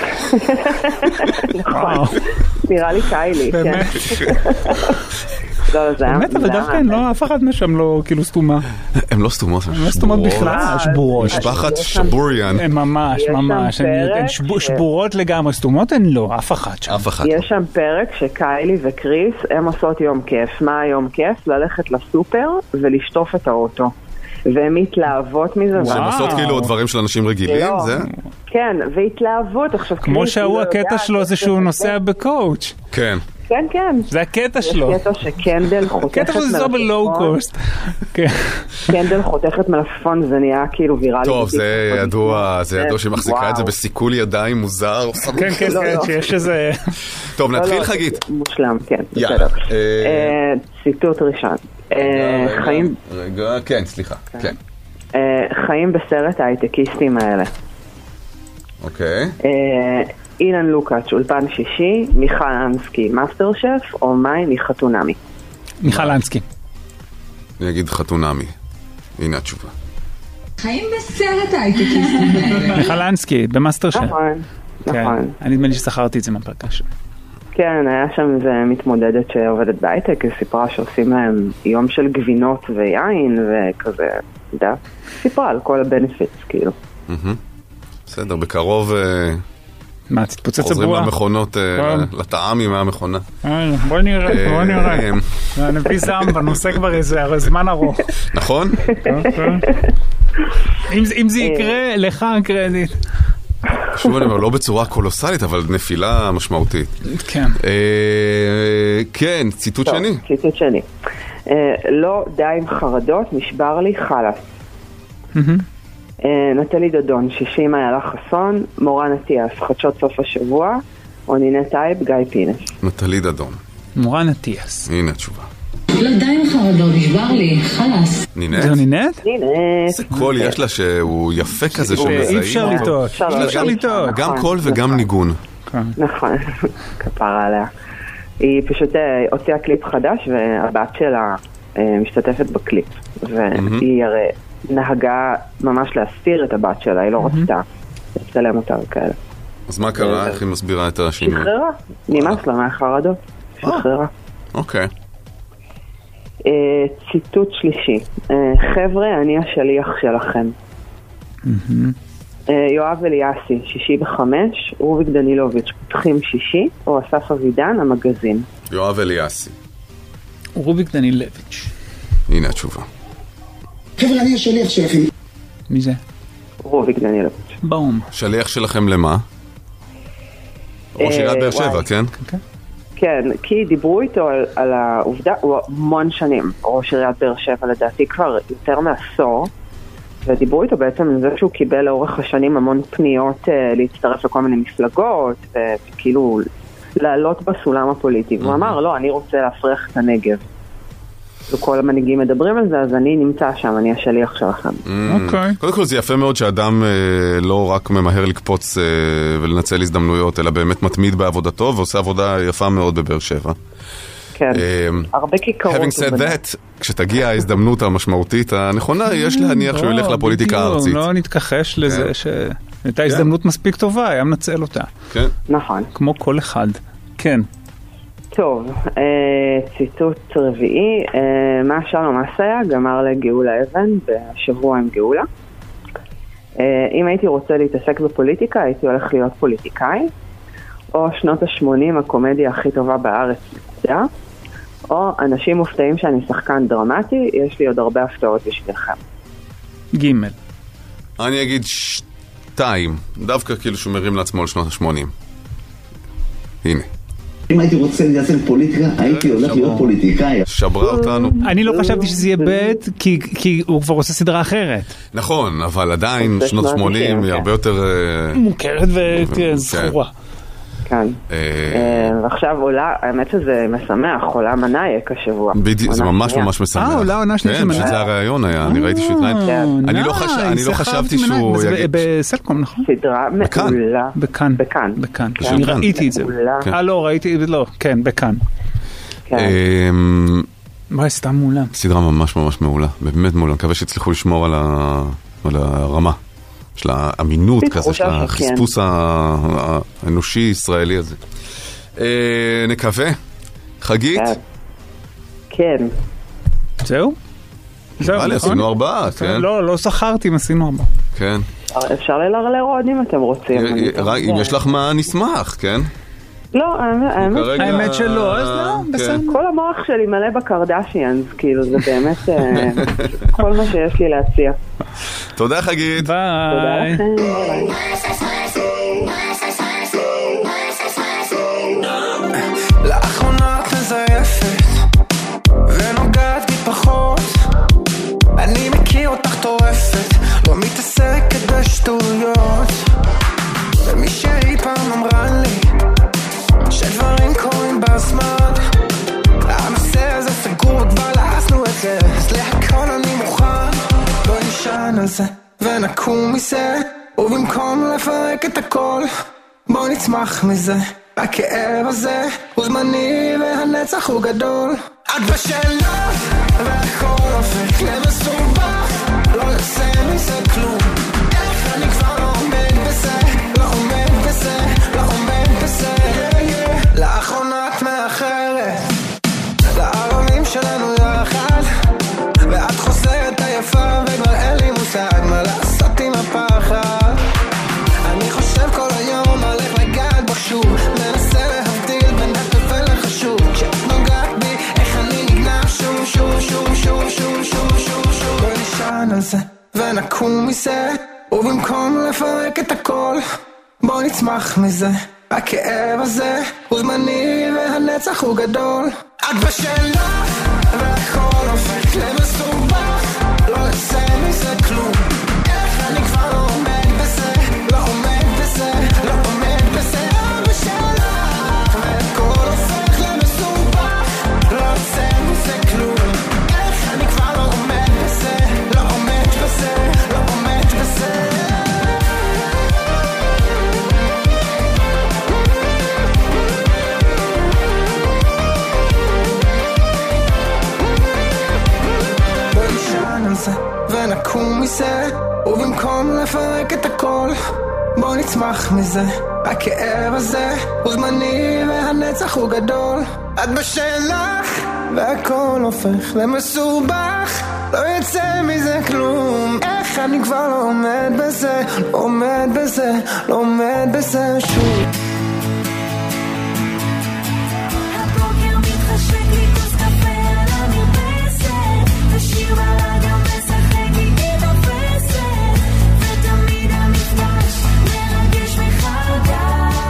נכון, נראה לי קיילי, כן. באמת, אבל דווקא לא, אף אחד משם לא כאילו סתומה. הם לא סתומות, הם לא סתומות בכלל, שבורות. משפחת שבוריאן. הם ממש, שבורות לגמרי, סתומות הן לא, אף אחת שם. יש שם פרק שקיילי וקריס, הם עושות יום כיף. מה היום כיף? ללכת לסופר ולשטוף את האוטו. והן מתלהבות מזה. שהן עושות כאילו דברים של אנשים רגילים, זה? כן, והתלהבות. כמו שהוא הקטע שלו זה שהוא נוסע בקואוץ'. כן. כן, כן. זה הקטע שלו. זה קטע שקנדל חותכת קטע שזה זו בלואו קוסט. קנדל חותכת מלפפון, זה נהיה כאילו ויראלי. טוב, זה ידוע שמחזיקה את זה בסיכול ידיים מוזר. כן, כן, כן, שיש איזה... טוב, נתחיל חגית. מושלם, כן, בסדר. ציטוט ראשון. חיים... רגע, כן, סליחה. חיים בסרט ההייטקיסטים האלה. אוקיי. אילן לוקאץ' אולפן שישי, מיכל אנסקי מאסטר שף, או מאי מחתונמי? מיכל אנסקי. אני אגיד חתונמי. הנה התשובה. חיים בסרט ההייטקיסטים האלה. מיכל אנסקי, במאסטר שף. נכון. אני נדמה לי ששכרתי את זה מהפרקה שם. כן, היה שם איזה מתמודדת שעובדת בהייטק, סיפרה שעושים להם יום של גבינות ויין וכזה, יודע, סיפרה על כל הבנפיטס כאילו. בסדר, בקרוב... מה, תתפוצץ הבועה? חוזרים למכונות, לטעמי מהמכונה. בואי נראה. נביא זעם בנושא כבר איזה זמן ארוך. נכון? אם זה יקרה, לך קרדיט. שוב אני אומר, לא בצורה קולוסלית, אבל נפילה משמעותית. כן. כן, ציטוט שני. ציטוט שני. לא די עם חרדות, נשבר לי חלס. נטלי דדון, 60 איילה חסון, מורן אטיאס, חדשות סוף השבוע, או נינת טייב, גיא פינס. נטלי דדון. מורן אטיאס. הנה התשובה. לא, די עם החרדות, נשבר לי, חלאס. נינת? זהו נינת? איזה קול יש לה שהוא יפה כזה שמזהים. אי אפשר לטעות. אי אפשר לטעות. גם קול וגם ניגון. נכון, כפרה עליה. היא פשוט הוציאה קליפ חדש והבת שלה משתתפת בקליפ. והיא הרי נהגה ממש להסתיר את הבת שלה, היא לא רצתה לצלם אותה וכאלה. אז מה קרה? איך היא מסבירה את השינוי? שחררה, נמאס לה מהחרדות. שחררה. אוקיי. ציטוט שלישי. חבר'ה, אני השליח שלכם. יואב אליאסי, 6:05, רוביק דנילוביץ', פותחים 6, או אסף אבידן, המגזין. יואב אליאסי. רוביק דנילוביץ'. הנה התשובה. חבר'ה, אני השליח שלכם. מי זה? רוביק דנילוביץ'. באום. שליח שלכם למה? ראש עיריית באר שבע, כן? כן, כי דיברו איתו על העובדה, הוא המון שנים, ראש עיריית באר שבע, לדעתי כבר יותר מעשור, ודיברו איתו בעצם על זה שהוא קיבל לאורך השנים המון פניות להצטרף לכל מיני מפלגות, וכאילו לעלות בסולם הפוליטי. הוא אמר, לא, אני רוצה להפריח את הנגב. וכל המנהיגים מדברים על זה, אז אני נמצא שם, אני השליח שלכם. אוקיי. קודם כל זה יפה מאוד שאדם לא רק ממהר לקפוץ ולנצל הזדמנויות, אלא באמת מתמיד בעבודתו, ועושה עבודה יפה מאוד בבאר שבע. כן, הרבה כיכרות. Having said that, כשתגיע ההזדמנות המשמעותית הנכונה, יש להניח שהוא ילך לפוליטיקה הארצית. לא נתכחש לזה שהייתה הזדמנות מספיק טובה, היה מנצל אותה. כן. נכון. כמו כל אחד. כן. טוב, ציטוט רביעי, מה שלום עשיה גמר לגאולה אבן בשבוע עם גאולה. אם הייתי רוצה להתעסק בפוליטיקה, הייתי הולך להיות פוליטיקאי, או שנות ה-80 הקומדיה הכי טובה בארץ נקודה, או אנשים מופתעים שאני שחקן דרמטי, יש לי עוד הרבה הפתעות בשבילכם. ג' אני אגיד 2, דווקא כאילו שהוא מרים לעצמו על שנות ה-80. הנה. אם הייתי רוצה להתעסק בפוליטיקה, הייתי הולך להיות פוליטיקאי. שברה אותנו. אני לא חשבתי שזה יהיה בית, כי הוא כבר עושה סדרה אחרת. נכון, אבל עדיין שנות ה-80 היא הרבה יותר מוכרת וזכורה. כן. ועכשיו עולה, האמת שזה משמח, עולה מנאייק השבוע. בדיוק, זה ממש ממש משמח. עולה עונה שנייה של מנאייק. כן, שזה הרעיון היה, אני ראיתי שהוא התנהל. אני לא חשבתי שהוא יגיד. בסלקום, נכון? סדרה מעולה. בכאן. בכאן. אני ראיתי את זה. לא, ראיתי, לא, כן, בכאן. מה, סתם מעולה. סדרה ממש ממש מעולה, באמת מעולה. אני מקווה שהצליחו לשמור על הרמה. של האמינות כזה, של החספוס האנושי-ישראלי הזה. נקווה. חגית? כן. זהו, נכון? עשינו 4, כן? לא שכרתי אם עשינו 4. כן. אפשר ללרלר עוד אם אתם רוצים. אם יש לך מה נשמח, כן? לא, האמת שלא, אז לא, בסדר. כל המוח שלי מלא בקרדשיאנס, כאילו זה באמת כל מה שיש לי להציע. תודה חגית. ביי. תודה לכם, ביי. לאחרונה את מזייפת ונוגעת בי פחות, אני מכיר אותך טורפת, לא מתעסקת בשטויות, ומי שהיא פעם אמרה לי שדברים קורים בזמן, הנושא הזה סגור כבר לעשנו את זה, אז להכל אני מוכן, לא נשען על זה ונקום מזה, ובמקום לפרק את הכל בוא נצמח מזה, הכאב הזה הוא זמני והנצח הוא גדול, את בשאלות והכל הופך למסובך, לא יוצא מזה כלום, איך אני כבר לא עומד בזה, לא עומד בזה, לא עומד בזה, לאחרונה את מאחרת לערבים שלנו יחד, ואת חוזרת עייפה וכבר אין לי מושג מה לעשות עם הפחד, אני חושב כל היום על איך לגעת בו שוב, מנסה להבדיל בין הטוב לחשוב, כשאת נוגעת בי איך אני נגנב שוב שוב שוב שוב שוב שוב שוב שוב, בוא נשען על זה ונקום מזה, ובמקום לפרק את הכל בוא נצמח מזה, הכאב הזה הוא זמני והנצח הוא גדול, את בשאלה והכל הופך למסובך, לא יוצא מזה כלום, איך אני כבר לא עומד בזה, לא עומד בזה, לא עומד בזה, את בשאלה והכל הופך למסובך, לא יוצא מזה כלום. הכל, בוא נצמח מזה. הכאב הזה הוא זמני והנצח הוא גדול. את בשלך והכל הופך למסובך, לא יצא מזה כלום. איך אני כבר לא עומד בזה, לא עומד בזה, לא עומד בזה שוב. הבוקר מתחשק לי כוס קפה על המרפסת, ושיר ברדיו משחק איתי תופסת, ותמיד המפגש מרגש מחדש.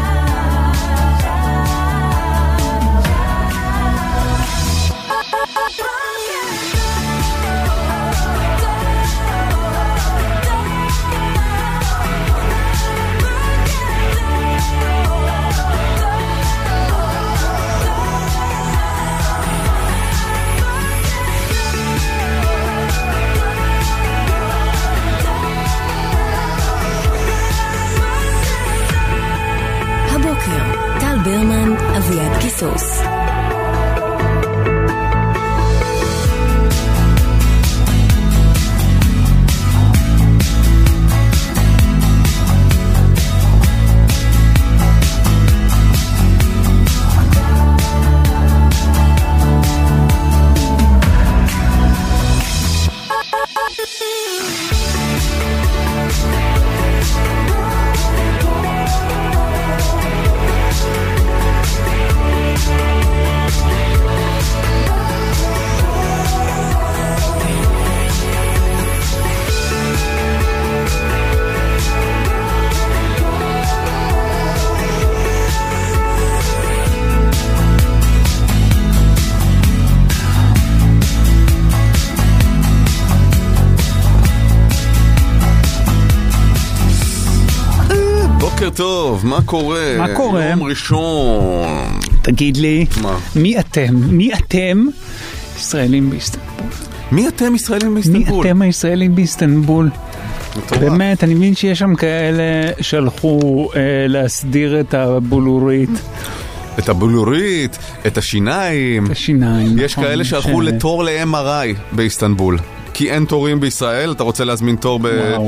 טל ברמן, אביעד קיסוס. טוב, מה קורה? מה קורה? יום ראשון. תגיד לי, מה? מי אתם? מי אתם ישראלים באיסטנבול? מי אתם ישראלים באיסטנבול? מי אתם הישראלים באיסטנבול? באמת, אני מבין שיש שם כאלה שהלכו להסדיר את הבולורית. את הבולורית, את השיניים. את השיניים. יש כאלה שהלכו לתור ל-MRI באיסטנבול. כי אין תורים בישראל, אתה רוצה להזמין תור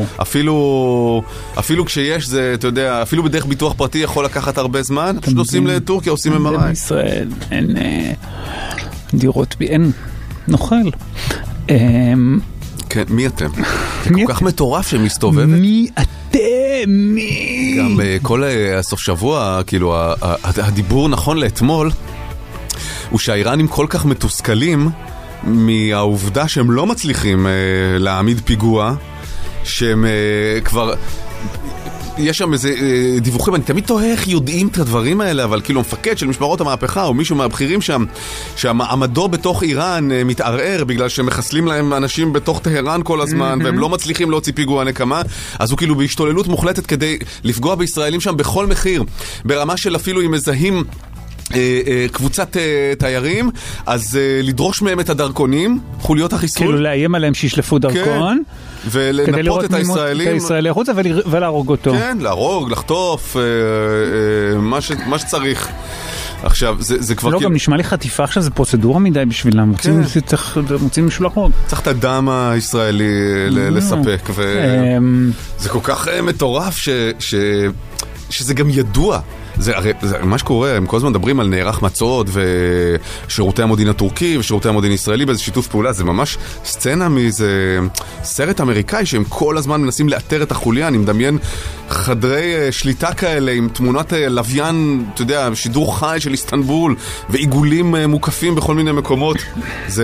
אפילו כשיש זה, אתה יודע, אפילו בדרך ביטוח פרטי יכול לקחת הרבה זמן, פשוט עושים לטורקיה, עושים MRI. בישראל אין דירות, אין נוכל. כן, מי אתם? זה כל כך מטורף שמסתובבת. מי אתם? מי? גם כל הסוף שבוע, כאילו, הדיבור נכון לאתמול, הוא שהאיראנים כל כך מתוסכלים, מהעובדה שהם לא מצליחים להעמיד פיגוע, שהם כבר יש שם איזה דיווחים, אני תמיד תוהה איך יודעים את הדברים האלה, אבל כאילו מפקד של משמרות המהפכה או מישהו מהבכירים שם, שהמעמדו בתוך איראן מתערער בגלל שהם מחסלים להם אנשים בתוך טהרן כל הזמן, והם לא מצליחים להוציא פיגוע נקמה, אז הוא כאילו בהשתוללות מוחלטת כדי לפגוע בישראלים שם בכל מחיר, ברמה של אפילו אם מזהים קבוצת תיירים, אז לדרוש מהם את הדרכונים, חוליות החיסול. כאילו לאיים עליהם שישלפו דרכון. ולנפות את הישראלים. את הישראלי החוצה ולהרוג אותו. כן, להרוג, לחטוף, מה שצריך. עכשיו, זה כבר... לא, גם נשמע לי חטיפה עכשיו, זה פרוצדורה מדי בשבילם. מוצאים משהו להרוג. צריך את הדם הישראלי לספק. זה כל כך מטורף שזה גם ידוע. זה מה שקורה, הם כל הזמן מדברים על נערך מצוד ושירותי המודיעין הטורקי ושירותי המודיעין הישראלי באיזה שיתוף פעולה, זה ממש סצנה מאיזה סרט אמריקאי שהם כל הזמן מנסים לאתר את החוליה. אני מדמיין חדרי שליטה כאלה עם תמונת לוויין, אתה יודע, שידור חי של איסטנבול ועיגולים מוקפים בכל מיני מקומות. זה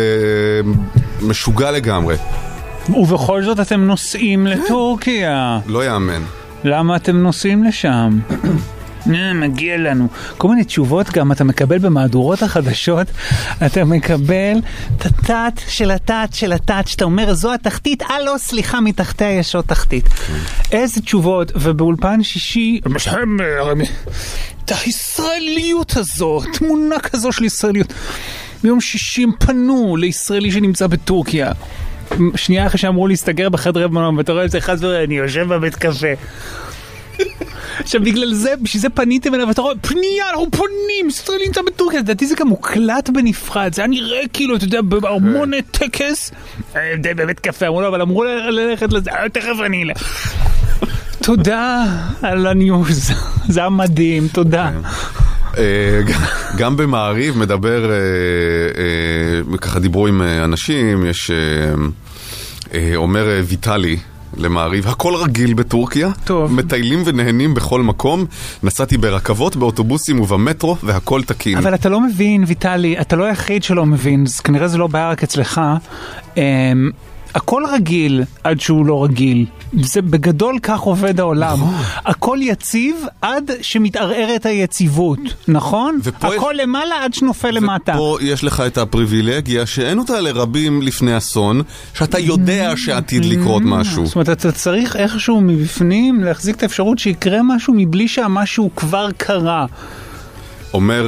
משוגע לגמרי. ובכל זאת אתם נוסעים לטורקיה. לא יאמן. למה אתם נוסעים לשם? מגיע לנו. כל מיני תשובות גם אתה מקבל במהדורות החדשות, אתה מקבל את התת של התת של התת, שאתה אומר זו התחתית, לא סליחה, מתחתיה יש עוד תחתית. איזה תשובות, ובאולפן שישי את הישראליות הזו, תמונה כזו של ישראליות. ביום שישי הם פנו לישראלי שנמצא בטורקיה, שנייה אחרי שאמרו להסתגר בחדר במנום, ואתה רואה את זה אחד ואני יושב בבית קפה. עכשיו בשביל זה פניתם אליו, ואתה רואה, פנייה, אנחנו פונים, ישראלים נמצא בטורקיה, לדעתי זה גם מוקלט בנפרד, זה היה נראה כאילו, אתה יודע, בהמון טקס, בבית קפה, אמרו לו, אבל אמרו ללכת לזה, תכף אני אלך. תודה על הניוז, זה היה מדהים, תודה. גם במעריב מדבר, ככה דיברו עם אנשים, יש, אומר ויטלי למעריב, הכל רגיל בטורקיה, מטיילים ונהנים בכל מקום, נסעתי ברכבות, באוטובוסים ובמטרו, והכל תקין. אבל אתה לא מבין, ויטלי, אתה לא היחיד שלא מבין, כנראה זה לא בעיה רק אצלך, הכל רגיל עד שהוא לא רגיל. זה בגדול כך עובד העולם. הכל יציב עד שמתערערת היציבות, נכון? הכל למעלה עד שנופל למטה. ופה יש לך את הפריבילגיה שאין אותה לרבים לפני אסון, שאתה יודע שעתיד לקרות משהו. זאת אומרת, אתה צריך איכשהו מבפנים להחזיק את האפשרות שיקרה משהו מבלי שהמשהו כבר קרה. אומר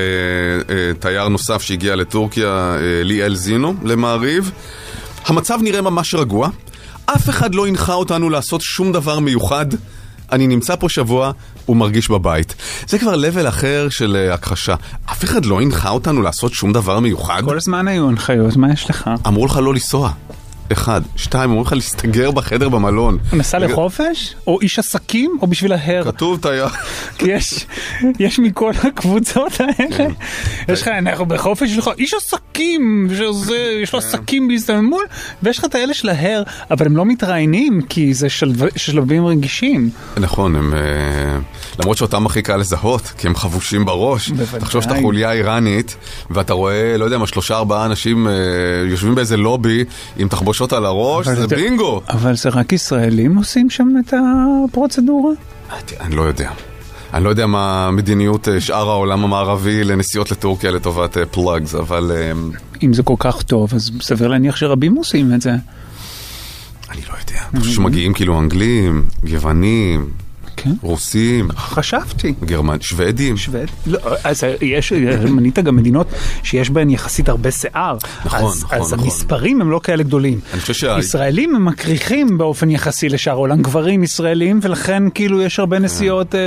תייר נוסף שהגיע לטורקיה, ליאל זינו, למעריב, המצב נראה ממש רגוע, אף אחד לא הנחה אותנו לעשות שום דבר מיוחד, אני נמצא פה שבוע ומרגיש בבית. זה כבר לבל אחר של הכחשה. אף אחד לא הנחה אותנו לעשות שום דבר מיוחד. כל הזמן היו הנחיות, מה יש לך? אמרו לך לא לנסוע. 1, 2, אמרו לך להסתגר בחדר במלון. נסע לחופש? או איש עסקים? או בשביל ההר? כתוב תייר. כי יש מכל הקבוצות האלה. יש לך, אנחנו בחופש, יש לך איש עסקים, יש לו עסקים בהסתמול, ויש לך את האלה של ההר, אבל הם לא מתראיינים, כי זה שלבים רגישים. נכון, הם... למרות שאותם הכי קל לזהות, כי הם חבושים בראש. תחשוב שאתה חוליה איראנית, ואתה רואה, לא יודע מה, 3-4 אנשים יושבים באיזה לובי, עם תחבושות על הראש, זה בינגו. אבל זה רק ישראלים עושים שם את הפרוצדורה? אני לא יודע. אני לא יודע מה מדיניות שאר העולם המערבי לנסיעות לטורקיה לטובת פלאגס, אבל... אם זה כל כך טוב, אז סביר להניח שרבים עושים את זה. אני לא יודע. אני חושב שמגיעים כאילו אנגלים, יוונים, רוסים. חשבתי. גרמן, שוודים. לא, אז מנית גם מדינות שיש בהן יחסית הרבה שיער. נכון. אז המספרים הם לא כאלה גדולים. ישראלים הם מקריחים באופן יחסי לשאר העולם, גברים ישראלים, ולכן כאילו יש הרבה נסיעות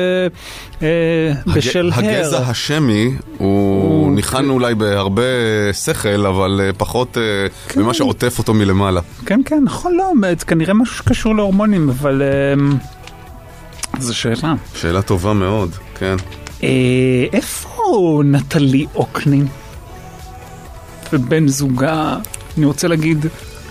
בשל הר. הגזע השמי הוא ניחן אולי בהרבה שכל, אבל פחות ממה שעוטף אותו מלמעלה. כן, נכון, לא, כנראה משהו שקשור להורמונים, אבל... זו שאלה. שאלה טובה מאוד, כן. איפה נטלי אוקנין? ובן זוגה, אני רוצה להגיד...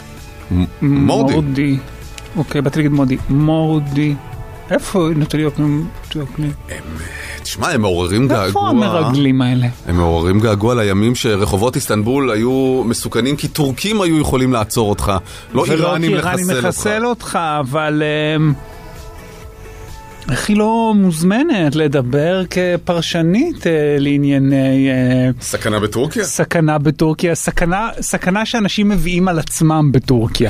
מורדי. אוקיי, באתי להגיד מורדי. איפה נטלי אוקנין? תשמע, הם מעוררים געגוע... איפה המרגלים האלה? הם מעוררים געגוע לימים שרחובות איסטנבול היו מסוכנים, כי טורקים היו יכולים לעצור אותך. לא איראנים לחסל אותך, אבל... איך היא לא מוזמנת לדבר כפרשנית לענייני... סכנה בטורקיה? סכנה בטורקיה, סכנה שאנשים מביאים על עצמם בטורקיה.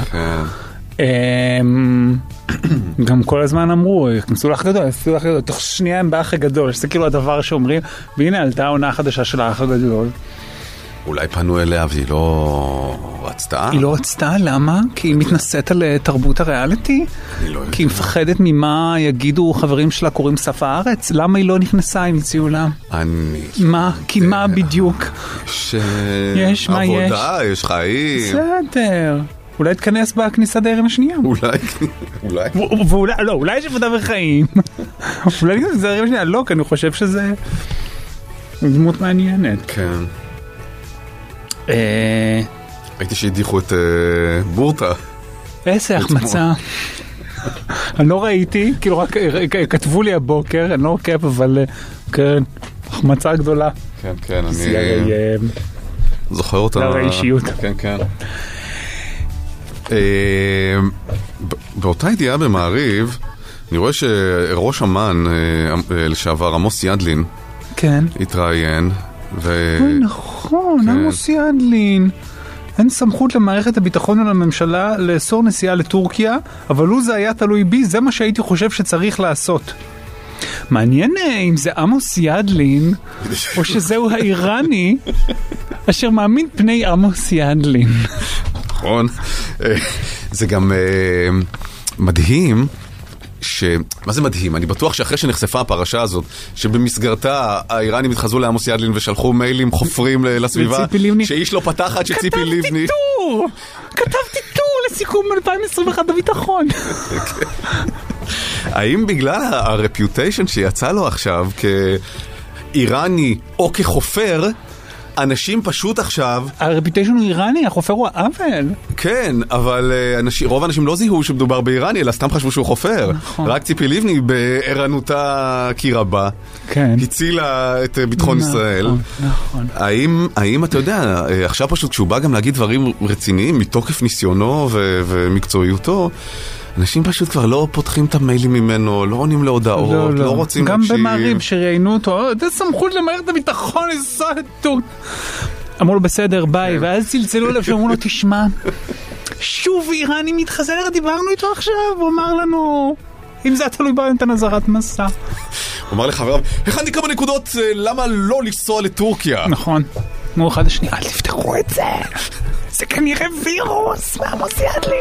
גם כל הזמן אמרו, כנסו לאח הגדול, תוך שנייה הם באח הגדול, שזה כאילו הדבר שאומרים, והנה עלתה העונה החדשה של האח הגדול. אולי פנו אליה והיא לא רצתה? היא לא רצתה, למה? כי היא מתנסית על תרבות הריאליטי? אני לא יודע. כי היא מפחדת ממה יגידו חברים שלה קוראים סף הארץ? למה היא לא נכנסה אם הציעו לה? מה? כי מה בדיוק? יש מה יש? עבודה, יש חיים. בסדר. אולי תכנס בכניסה דיירים השנייה. אולי. לא, אולי יש עבודה בחיים. אולי תכנס דיירים השנייה. לא, כי אני חושב שזה דמות מעניינת. כן. הייתי שהדיחו את בורטה. איזה החמצה. אני לא ראיתי, כאילו רק כתבו לי הבוקר, אני לא עוקב, אבל כן, החמצה גדולה. כן, אני זוכר אותה. זה האישיות. כן. באותה ידיעה במעריב, אני רואה שראש אמ"ן לשעבר עמוס ידלין התראיין. נכון, עמוס ידלין. אין סמכות למערכת הביטחון ולממשלה לאסור נסיעה לטורקיה, אבל לו זה היה תלוי בי, זה מה שהייתי חושב שצריך לעשות. מעניין אם זה עמוס ידלין, או שזהו האיראני, אשר מאמין פני עמוס ידלין. נכון. זה גם מדהים. מה זה מדהים? אני בטוח שאחרי שנחשפה הפרשה הזאת, שבמסגרתה האיראנים התחזו לעמוס ידלין ושלחו מיילים חופרים לסביבה, שאיש לא פתחת שציפי לבני. כתבתי טור לסיכום 2021 בביטחון. האם בגלל הרפיוטיישן שיצא לו עכשיו כאיראני או כחופר, אנשים פשוט עכשיו... הרפיוטיישן הוא איראני, החופר הוא עוול. כן, אבל רוב האנשים לא זיהו שמדובר באיראני, אלא סתם חשבו שהוא חופר. נכון. רק ציפי לבני בערנותה כי רבה, כן. הצילה את ביטחון ישראל. נכון. האם אתה יודע, עכשיו פשוט כשהוא בא גם להגיד דברים רציניים מתוקף ניסיונו ומקצועיותו, אנשים פשוט כבר לא פותחים את המיילים ממנו, לא עונים להודעות, לא רוצים גם להקשיב. במעריב שראיינו אותו, זה סמכות למערכת הביטחון, אמרו לו בסדר, ביי, ואז צלצלו אליו שאמרו לו, תשמע, שוב איראני מתחזר, דיברנו איתו עכשיו, הוא אמר לנו, אם זה תלוי בו, נתן אזהרת מסע. הוא אמר לחבריו, הכנתי כמה נקודות, למה לא לנסוע לטורקיה? נכון. נו, אחד השני, אל תפתחו את זה. זה כנראה וירוס, מה מוסיד לי?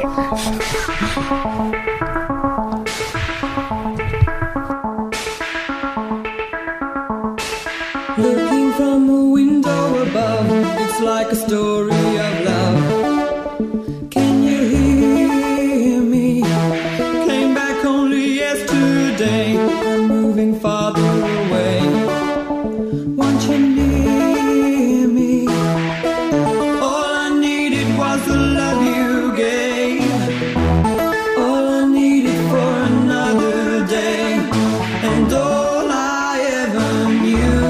Looking from a window above, it's like a story of love. Can you hear me? Came back only yesterday. I'm moving farther away. Won't you near me? All I needed was the love you gave. All I needed for another day. And all I ever knew.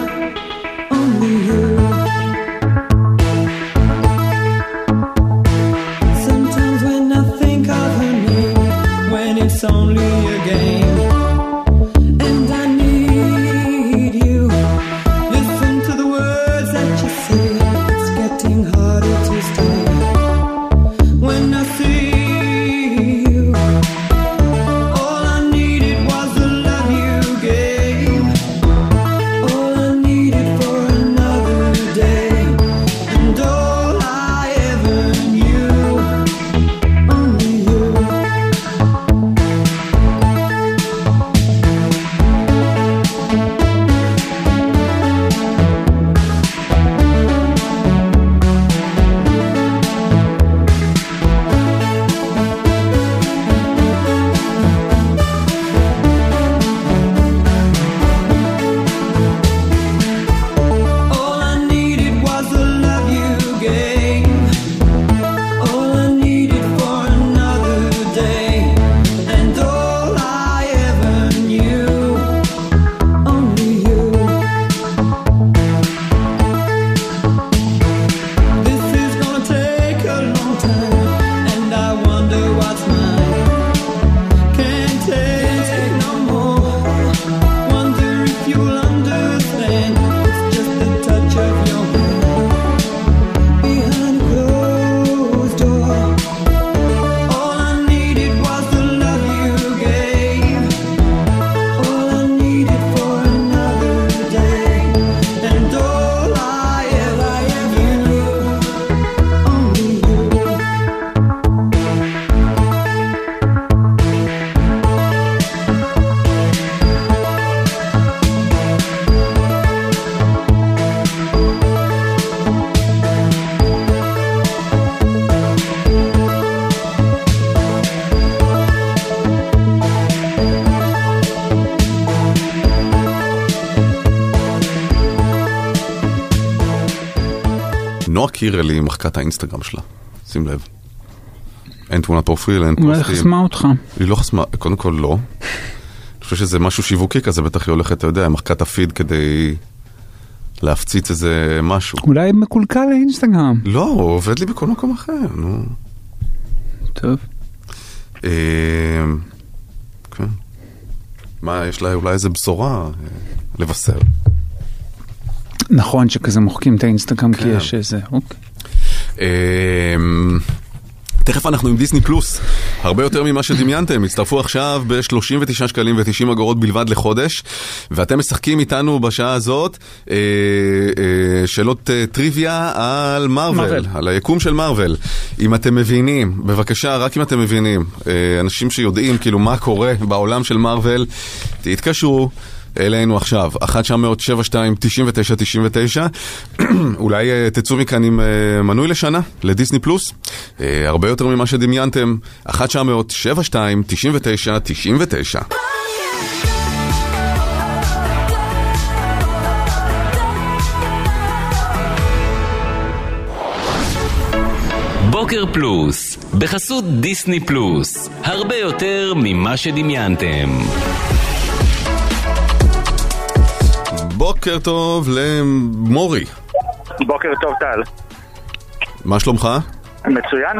Sometimes when I think of her name, when it's only a game, and I need you, listen to the words that you say, it's getting harder to stay. When I see you, all I needed was the love you gave. All I needed for another day, and all I ever knew, only you. All I needed was the love you gave. All I needed for another day, and all I ever knew, only you. This is gonna take a long time, and I wonder what's mine. Can't take no more. Wonder if you'll understand. It's just the touch of your hand behind a closed door. All I needed was the love you gave. All I needed for another day, and all I ever knew, only you. נועה קירל היא מחקה את האינסטגרם שלה, שים לב. אין תמונת פרופיל, אין אולי פוסטים. חסמה אותך. היא לא חסמה, קודם כל לא. אני חושב שזה משהו שיווקי כזה, בטח היא הולכת, אתה יודע, מחקה את הפיד כדי להפציץ איזה משהו. אולי מקולקל לאינסטגרם. לא, הוא עובד לי בכל מקום אחר, נו. טוב. כן. מה, יש לה אולי איזה בשורה לבשר. נכון שכזה מוחקים את האינסטגרם כי יש איזה, אוקיי. תכף אנחנו עם דיסני פלוס, הרבה יותר ממה שדמיינתם. הצטרפו עכשיו ב-39 שקלים ו-90 אגורות בלבד לחודש, ואתם משחקים איתנו בשעה הזאת שאלות טריוויה על מרוול, על היקום של מרוול. אם אתם מבינים, בבקשה, רק אם אתם מבינים, אנשים שיודעים כאילו מה קורה בעולם של מרוול, תתקשרו, אלינו עכשיו, 1-900-72-99-99. אולי תצאו מכאן עם מנוי לשנה, לדיסני פלוס. הרבה יותר ממה שדמיינתם. 1-900-72-99-99. בוקר פלוס, בחסות דיסני פלוס. הרבה יותר ממה שדמיינתם. בוקר טוב למורי. בוקר טוב טל. מה שלומך? מצוין.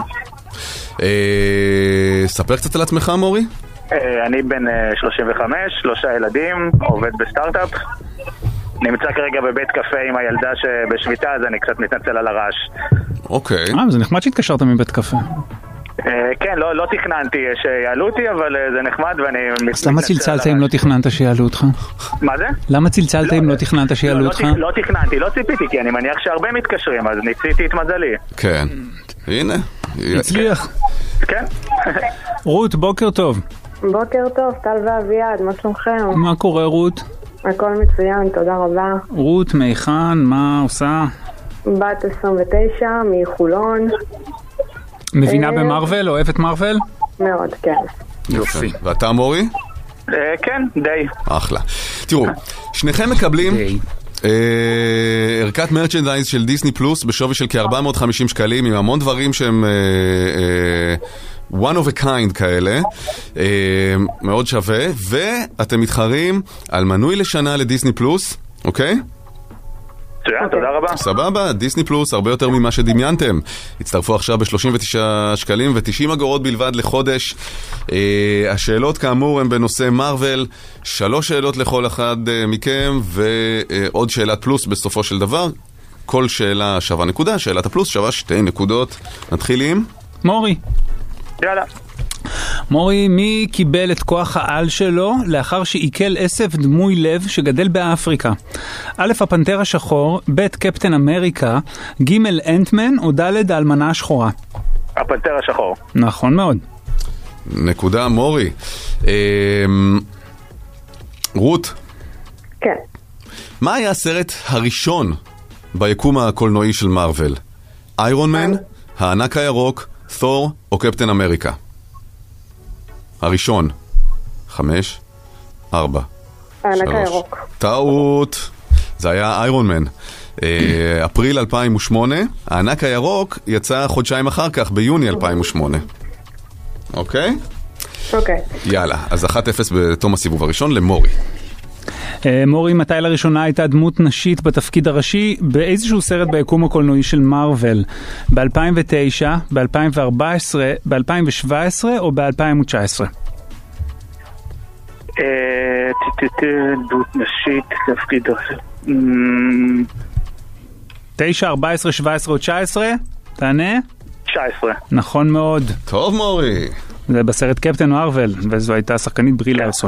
ספר קצת על עצמך מורי. אני בן 35, 3 ילדים, עובד בסטארט-אפ. נמצא כרגע בבית קפה עם הילדה שבשביתה, אז אני קצת מתנצל על הרעש. אוקיי. זה נחמד שהתקשרת מבית קפה. כן, לא תכננתי שיעלו אותי, אבל זה נחמד ואני מתנצל. אז למה צלצלת אם לא תכננת שיעלו אותך? מה זה? למה צלצלת אם לא תכננת שיעלו אותך? לא תכננתי, לא ציפיתי, כי אני מניח שהרבה מתקשרים, אז ניסיתי את מזלי. כן, הנה. הצליח. כן. רות, בוקר טוב. בוקר טוב, טל ואביעד, מה שלומכם? מה קורה רות? הכל מצוין, תודה רבה. רות, מיכן, מה עושה? בת 29, מחולון. מבינה במרוול? אוהבת מרוול? מאוד, כן. יופי. ואתה מורי? כן, די. אחלה. תראו, שניכם מקבלים ערכת מרצ'נדייז של דיסני פלוס בשווי של כ-450 שקלים, עם המון דברים שהם one of a kind כאלה, מאוד שווה, ואתם מתחרים על מנוי לשנה לדיסני פלוס, אוקיי? תודה רבה. סבבה, דיסני פלוס, הרבה יותר ממה שדמיינתם. הצטרפו עכשיו ב-39 שקלים ו-90 אגורות בלבד לחודש. השאלות כאמור הן בנושא מרוול, 3 שאלות לכל אחד מכם, ועוד שאלת פלוס בסופו של דבר. כל שאלה שווה נקודה, שאלת הפלוס שווה 2 נקודות. נתחיל עם מורי. יאללה. מורי, מי קיבל את כוח העל שלו לאחר שעיכל עשב דמוי לב שגדל באפריקה? א', הפנתר השחור, ב', קפטן אמריקה, ג', אנטמן או ד', האלמנה השחורה? הפנתר השחור. נכון מאוד. נקודה מורי. רות. כן. מה היה הסרט הראשון ביקום הקולנועי של מארוול? איירון מן, הענק הירוק, תור או קפטן אמריקה? הראשון. 5, 4, הענק הירוק. טעות. זה היה איירון מן. אפריל 2008. הענק הירוק יצא חודשיים אחר כך, ביוני 2008. אוקיי? אוקיי. יאללה, אז 1-0 בתום הסיבוב הראשון למורי. מורי, מתי לראשונה הייתה דמות נשית בתפקיד הראשי באיזשהו סרט ביקום הקולנועי של מארוול? ב-2009, ב-2014, ב-2017 או ב-2019? דמות נשית תפקיד הראשי. 9, 14, 17 או 19? תענה? 19. נכון מאוד. טוב מורי. זה בסרט קפטן מארוול, וזו הייתה שחקנית ברי לארסון.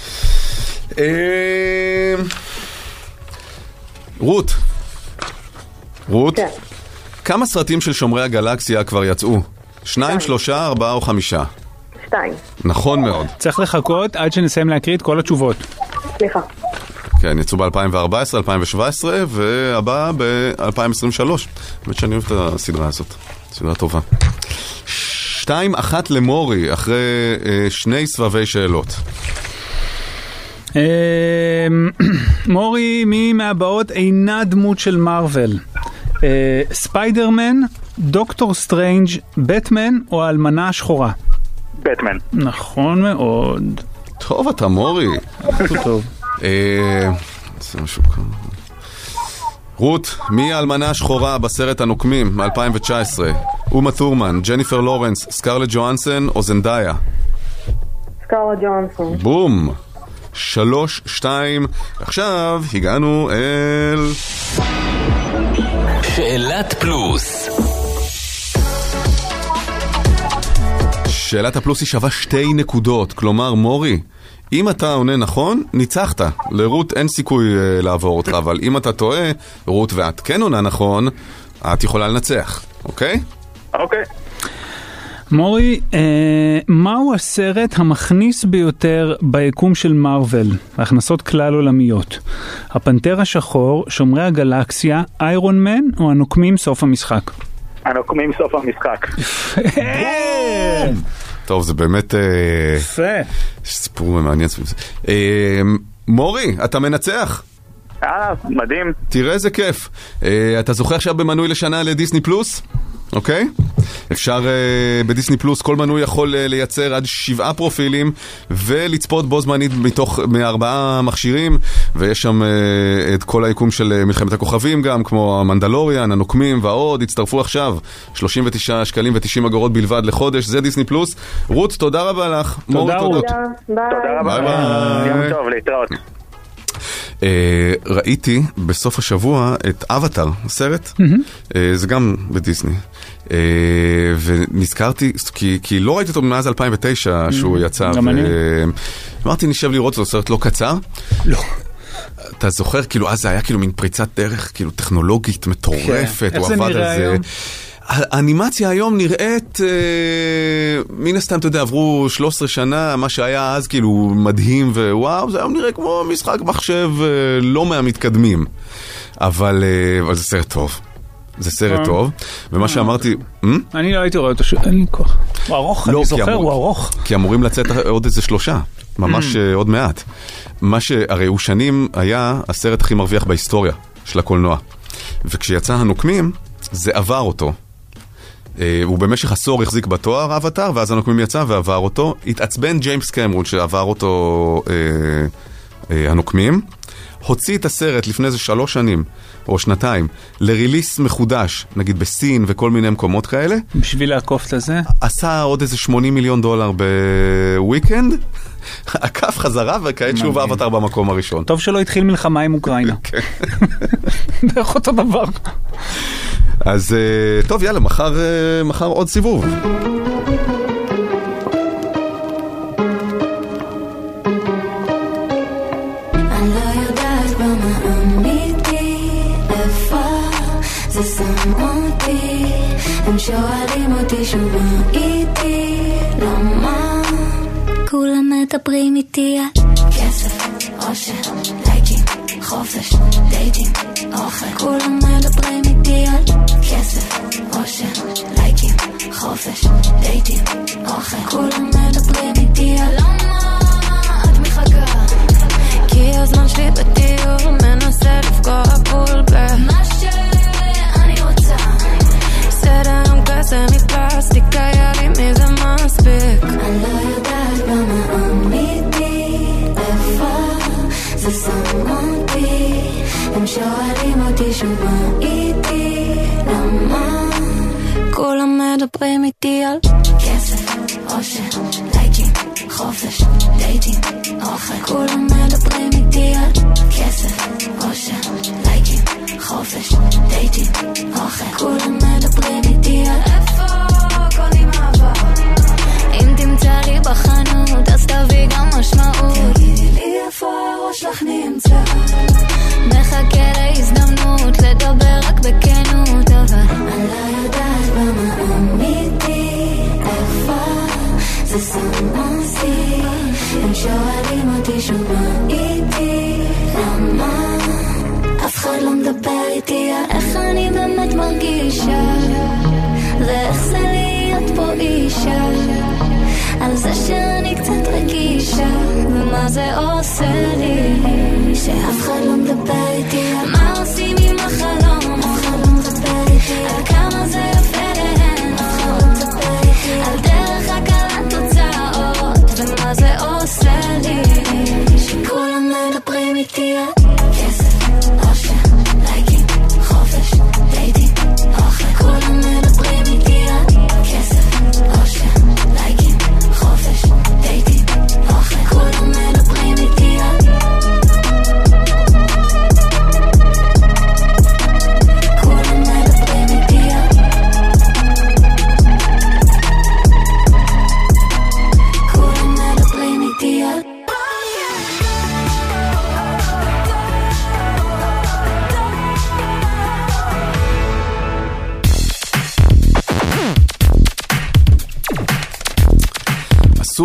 רות. כן. כמה סרטים של שומרי הגלקסיה כבר יצאו? 2, 3, 4 או 5? 2. נכון מאוד. צריך לחכות עד שנסיים להקריא את כל התשובות. סליחה. כן, יצאו ב-2014, 2017 והבא ב-2023. באמת שאני אוהב את הסדרה הזאת. סדרה טובה. 2-1 למורי אחרי 2 סבבי שאלות. מורי, מי מהבאות אינה דמות של מארוול? ספיידרמן, דוקטור סטרנג', בטמן או האלמנה השחורה? בטמן. נכון מאוד. טוב אתה מורי. טוב. זה משהו ככה. רות, מי האלמנה השחורה בסרט הנוקמים מ-2019? אומה תורמן, ג'ניפר לורנס, סקרלט ג'ואנסון או זנדאיה? סקרלט ג'ואנסון. בום. 3-2. עכשיו הגענו אל שאלת פלוס. שאלת הפלוס היא שווה 2 נקודות. כלומר מורי, אם אתה עונה נכון, ניצחת. לרות אין סיכוי לעבור אותך, אבל אם אתה טועה, רות ואת כן עונה נכון, את יכולה לנצח. אוקיי? אוקיי. מורי, מהו הסרט המכניס ביותר ביקום של מארוול, בהכנסות כלל עולמיות? הפנתר השחור, שומרי הגלקסיה, איירון מן או הנוקמים סוף המשחק? הנוקמים סוף המשחק. טוב, זה באמת סיפור מעניין. מורי, אתה מנצח. מדהים. תראה איזה כיף. אתה זוכה עכשיו במנוי לשנה לדיסני פלוס? אוקיי? אפשר בדיסני פלוס, כל מנוי יכול לייצר עד 7 פרופילים ולצפות בו זמנית מ4 מכשירים, ויש שם את כל היקום של מלחמת הכוכבים גם, כמו המנדלוריאן, הנוקמים ועוד. הצטרפו עכשיו 39 שקלים ו90 אגורות בלבד לחודש. זה דיסני פלוס. רות, תודה רבה לך. תודה רות. תודה רבה. יום טוב, להתראות. ראיתי בסוף השבוע את אבטר, סרט, זה גם בדיסני, ונזכרתי, כי לא ראיתי אותו מאז 2009 שהוא יצא, אמרתי נשב לראות, זה סרט לא קצר. לא. אתה זוכר, כאילו אז זה היה כאילו מין פריצת דרך, כאילו טכנולוגית מטורפת, הוא עבד על זה. האנימציה היום נראית, מן הסתם, אתה יודע, עברו 13 שנה, מה שהיה אז כאילו מדהים ווואו, זה היום נראה כמו משחק מחשב לא מהמתקדמים. אבל זה סרט טוב. זה סרט טוב. ומה שאמרתי... אני לא הייתי רואה אותו, אין לי כוח. הוא ארוך, אני זוכר, הוא ארוך. כי אמורים לצאת עוד איזה 3, ממש עוד מעט. הרי הוא שנים היה הסרט הכי מרוויח בהיסטוריה של הקולנוע. וכשיצא הנוקמים, זה עבר אותו. הוא במשך עשור החזיק בתואר אבטר, ואז הנוקמים יצא ועבר אותו. התעצבן ג'יימס קמרון שעבר אותו הנוקמים. הוציא את הסרט לפני איזה 3 שנים או 2 לריליס מחודש, נגיד בסין וכל מיני מקומות כאלה. בשביל לעקוף את זה? עשה עוד איזה $80 מיליון בוויקנד. עקף חזרה וכעת שוב אבטר במקום הראשון. טוב שלא התחיל מלחמה עם אוקראינה. דרך אותו דבר. אז טוב, יאללה, מחר עוד סיבוב. אני לא יודעת במה אמיתי, איפה זה שם אותי, הם שואלים אותי שוב מה איתי, למה כולם מדברים איתי על כסף, עושר, לייקים, חופש, דייטים, אוכל. כולם מדברים איתי על כסף, עושר, לייקים, חופש, דייטים, אוכל. כולם מדברים איתי על למה את מחכה, כי הזמן שלי בטיול מנסה לפגוע בול במה שאני רוצה. סדר יום כזה מפלסטיק, היה לי מזה מספיק. אני לא יודעת במה אמיתי, איפה זה שם אותי, הם שואלים אותי שוב מה איתי, למה כולם מדברים איתי על כסף, עושר, לייקים, חופש, דייטים, אוכל. כולם מדברים איתי על כסף, עושר, לייקים, חופש, דייטים, אוכל. כולם מדברים איתי על איפה קונים אהבה, אם תמצא לי בחנות אז תביא גם משמעות. תגידי לי איפה הראש שלך נמצא, מחכה להזדמנות לדבר רק בכנות, אבל אני לא יודעת במה אמיתי, איפה זה שם אותי, הם שואלים אותי שוב מה איתי, למה אף אחד לא מדבר איתי על איך אני באמת מרגישה, ואיך זה להיות פה אישה, על זה שאני קצת רגישה, ומה זה עושה לי שאף אחד לא מדבר איתי על מה עושים עם החלום, אף אחד לא מדבר איתי על כמה זה יפה להן, אף אחד לא מדבר איתי על דרך הקלת תוצאות, ומה זה עושה לי שכולם מדברים איתי על כסף, עושר, לייקים, חופש, דייטים, אוכל. כולם מדברים איתי על כסף, עושר, לייקים, חופש, דייטים, אוכל. כולם מדברים איתי על כולם מדברים איתי על כולם מדברים איתי על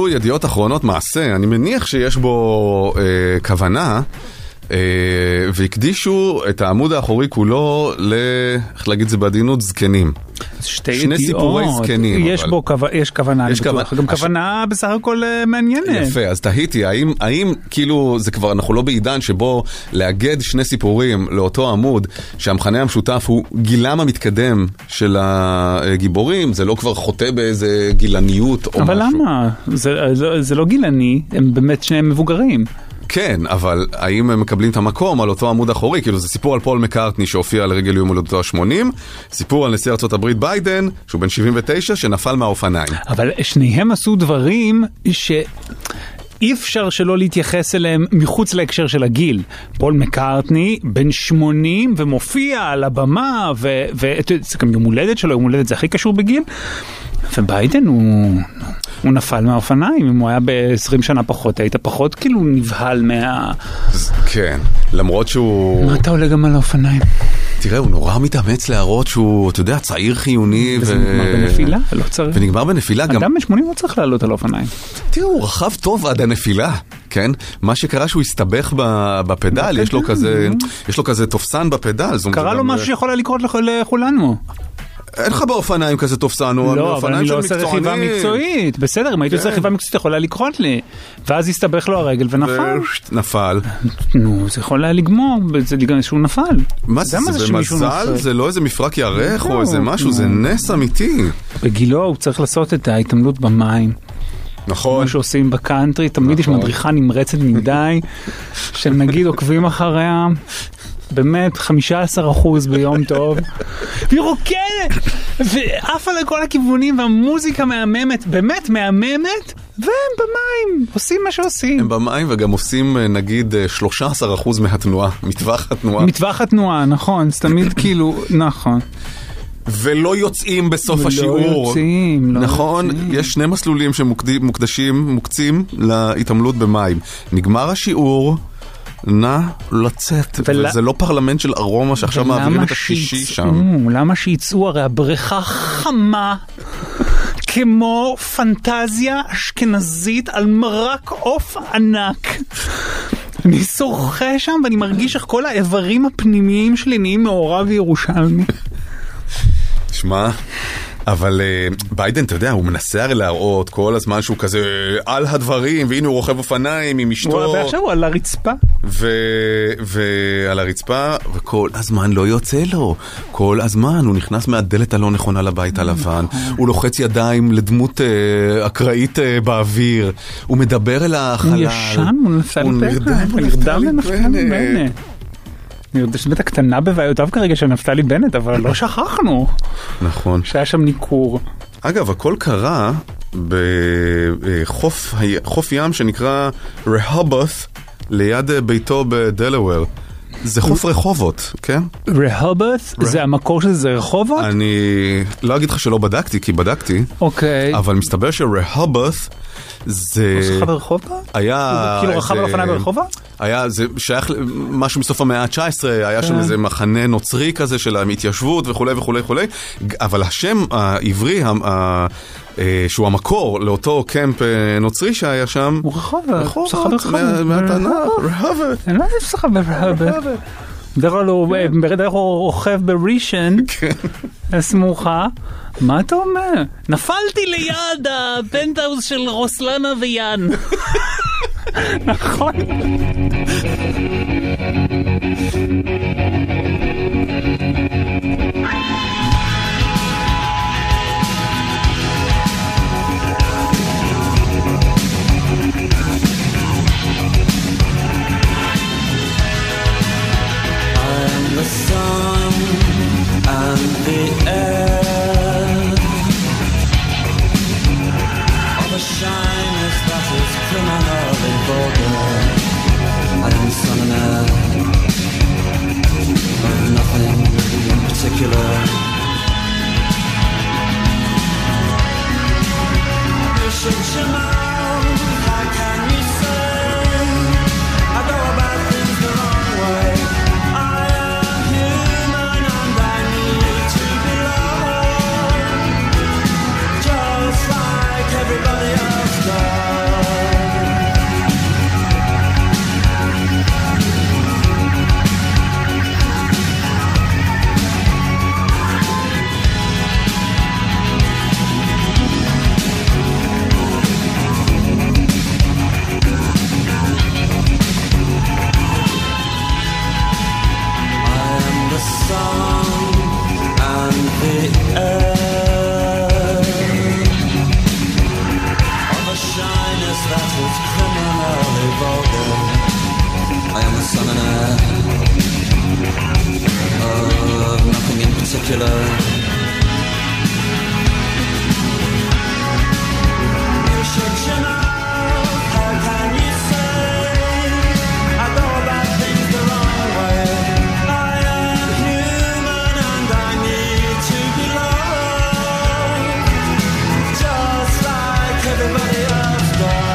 עשו ידיעות אחרונות מעשה, אני מניח שיש בו כוונה, והקדישו את העמוד האחורי כולו איך להגיד זה בעדינות, זקנים. שני סיפורי זקנים. יש כוונה, גם כוונה בסך הכל מעניינת. יפה, אז תהיתי, האם כאילו זה כבר, אנחנו לא בעידן שבו לאגד שני סיפורים לאותו עמוד, שהמחנה המשותף הוא גילם המתקדם של הגיבורים, זה לא כבר חוטא באיזה גילניות או משהו. אבל למה? זה לא גילני, הם באמת שניהם מבוגרים. כן, אבל האם הם מקבלים את המקום על אותו עמוד אחורי? כאילו זה סיפור על פול מקארטני שהופיע לרגל יום הולדתו ה-80, סיפור על נשיא ארצות הברית ביידן, שהוא בן 79, שנפל מהאופניים. אבל שניהם עשו דברים שאי אפשר שלא להתייחס אליהם מחוץ להקשר של הגיל. פול מקארטני בן 80 ומופיע על הבמה, וזה גם יום הולדת שלו, יום הולדת זה הכי קשור בגיל, וביידן הוא נפל מהאופניים, אם הוא היה ב-20 שנה פחות, היית פחות כאילו נבהל כן, למרות שהוא... מה אתה עולה גם על האופניים? תראה, הוא נורא מתאמץ להראות שהוא, אתה יודע, צעיר חיוני וזה נגמר בנפילה, לא צריך. ונגמר בנפילה גם... אדם ב-80 לא צריך לעלות על האופניים. תראה, הוא רחב טוב עד הנפילה, כן? מה שקרה שהוא הסתבך בפדל, יש לו כזה תופסן בפדל. קרה לו משהו שיכול לקרות לכולנו. אין לך באופניים כזה תופסנו. לא, אבל אני לא עושה רכיבה מקצועית. בסדר, אם הייתי עושה רכיבה מקצועית, יכולה לקרות לי. ואז הסתבך לו הרגל ונפל. נפל. נו, זה יכול היה לגמור, זה לגמרי שהוא נפל. מה זה? זה מזל? זה לא איזה מפרק ירך או איזה משהו, זה נס אמיתי. בגילו הוא צריך לעשות את ההתעמלות במים. נכון. מה שעושים בקאנטרי, תמיד יש מדריכה נמרצת מדי, שנגיד עוקבים אחריה. באמת 15% ביום טוב והיא רוקדת ועפה לכל הכיוונים והמוזיקה מהממת, באמת מהממת, והם במים עושים מה שעושים. הם במים וגם עושים נגיד 13% מהתנועה, מטווח התנועה. נכון, זה תמיד כאילו, נכון. ולא יוצאים בסוף השיעור. נכון, יש שני מסלולים שמוקצים להתעמלות במים. נגמר השיעור, נא לצאת, וזה לא פרלמנט של ארומה שעכשיו מעבירים את השישי שם. למה שיצאו? הרי הבריכה חמה כמו פנטזיה אשכנזית על מרק עוף ענק. אני שוחה שם ואני מרגיש איך כל האיברים הפנימיים שלי נהיים מעורב וירושלמי. שמע, אבל ביידן, אתה יודע, הוא מנסה הרי להראות כל הזמן שהוא כזה על הדברים, והנה הוא רוכב אופניים עם אשתו. ועכשיו הוא על הרצפה. ועל הרצפה, וכל הזמן לא יוצא לו. כל הזמן הוא נכנס מהדלת הלא נכונה לבית הלבן. הוא לוחץ ידיים לדמות אקראית באוויר. הוא מדבר אל החלל. הוא ישן, הוא נרדם לנפתלי בנט. אני יודעת שבאת הקטנה בבעיותיו כרגע של נפתלי בנט, אבל לא שכחנו. נכון. שהיה שם ניקור. אגב, הכל קרה בחוף ים שנקרא רהובות' ליד ביתו בדלוור. זה חוף רחובות, כן? רהובות'? זה המקור של זה רחובות? אני לא אגיד לך שלא בדקתי, כי בדקתי. אוקיי. אבל מסתבר שרהובות' זה... הוא שכה ברחובות? היה... כאילו רחב על אופניים ברחובות? היה, זה שייך משהו מסוף המאה ה-19, היה שם איזה מחנה נוצרי כזה של המתיישבות וכו' וכו' וכו', אבל השם העברי, שהוא המקור לאותו קמפ נוצרי שהיה שם, הוא רחובות, שכה ברחובות. מהתנ"ך, רהובות. אני לא יודע שכה ברחובות. בדרך כלל הוא רוכב בראשון, סמוכה. מה אתה אומר? נפלתי ליד הפנטהאוס של רוסלנה ויאן. נכון. The sun and the air all the shyness that is criminal and vulgar. sun and air of nothing in particular. You should you know, how can you say I go about things the wrong way? I am human and I need to be loved, just like everybody else does.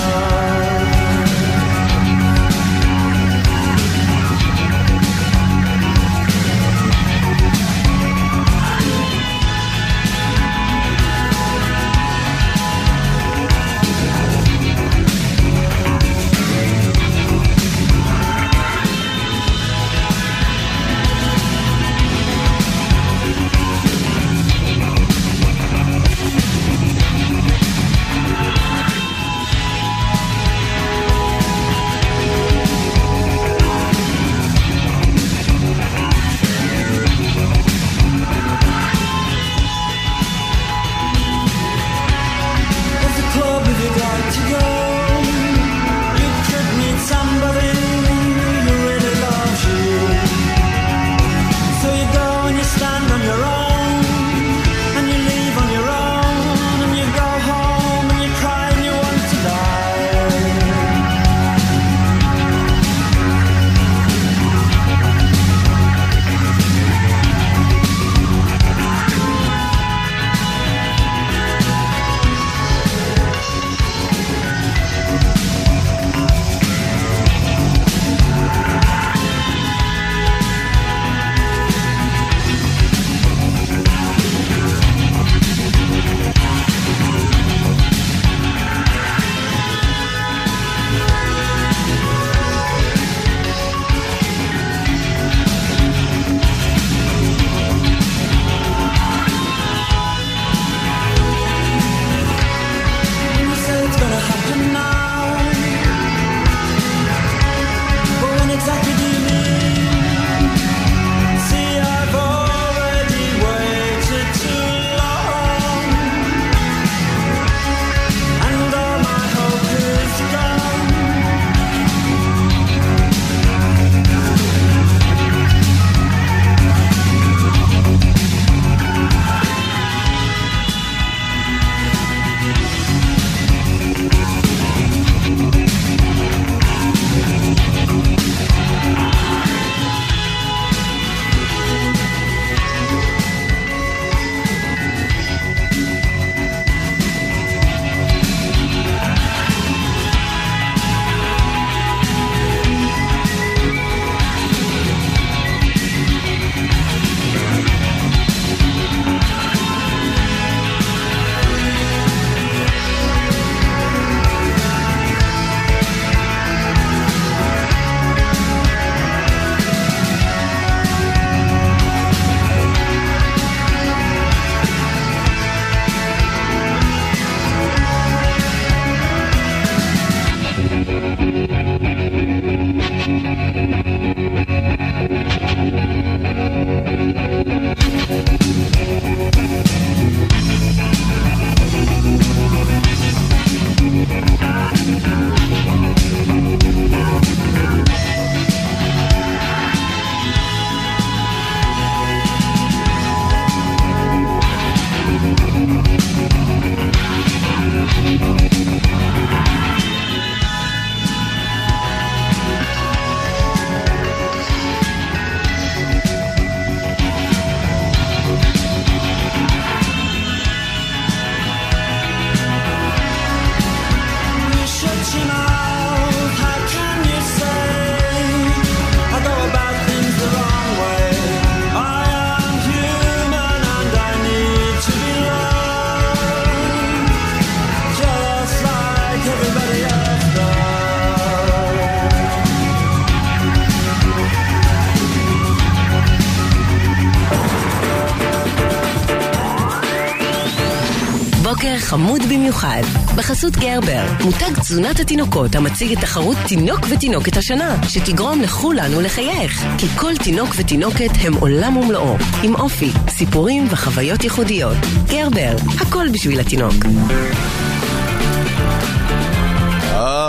בוקר חמוד במיוחד, בחסות גרבר, מותג תזונת התינוקות המציג את תחרות תינוק ותינוקת השנה, שתגרום לכולנו לחייך, כי כל תינוק ותינוקת הם עולם ומלואו, עם אופי, סיפורים וחוויות ייחודיות. גרבר, הכל בשביל התינוק.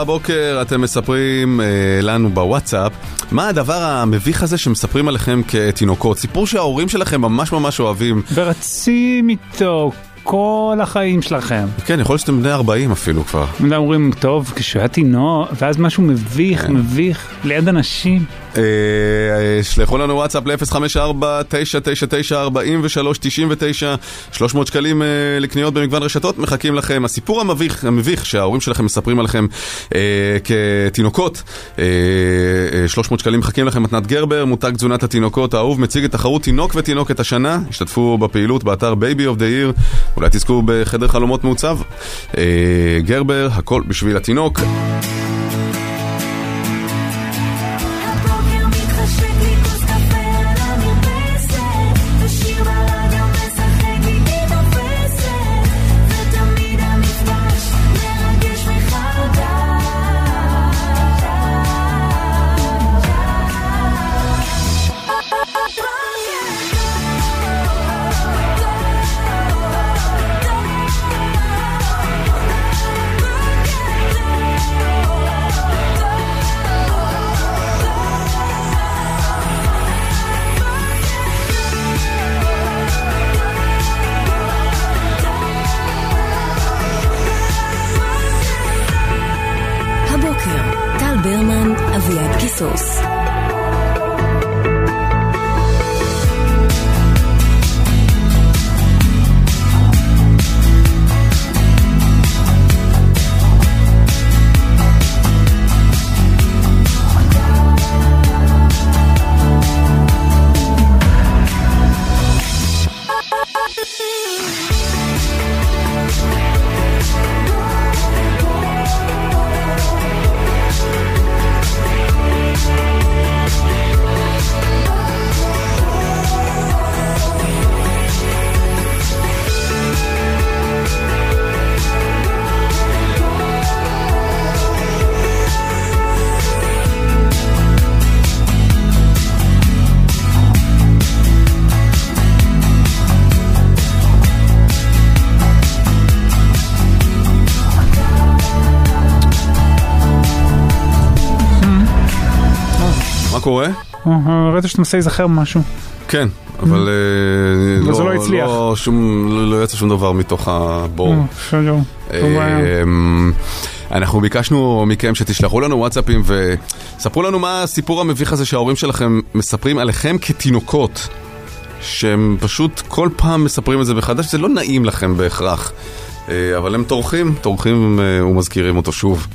הבוקר אתם מספרים לנו בוואטסאפ מה הדבר המביך הזה שמספרים עליכם כתינוקות, סיפור שההורים שלכם ממש ממש אוהבים ורצים איתו כל החיים שלכם. כן, יכול להיות שאתם בני 40 אפילו כבר. אומרים, טוב, כשהיה תינוק, ואז משהו מביך ליד אנשים. שלחו לנו וואטסאפ ל-054-999-4399 300 שקלים לקניות במגוון רשתות מחכים לכם. הסיפור המביך שההורים שלכם מספרים עליכם כתינוקות, 300 שקלים מחכים לכם. מתנת גרבר, מותג תזונת התינוקות האהוב, מציג את תחרות תינוק ותינוקת השנה. השתתפו בפעילות באתר Baby of the Year, אולי תזכו בחדר חלומות מעוצב. גרבר, הכל בשביל התינוק. סוס. קורה? ראית שאתה מנסה להיזכר משהו. כן, אבל זה לא הצליח. לא יצא שום דבר מתוך הבור. אנחנו ביקשנו מכם שתשלחו לנו וואטסאפים וספרו לנו מה הסיפור המביך הזה שההורים שלכם מספרים עליכם כתינוקות, שהם פשוט כל פעם מספרים את זה בחדש. זה לא נעים לכם בהכרח, אבל הם טורחים ומזכירים אותו שוב.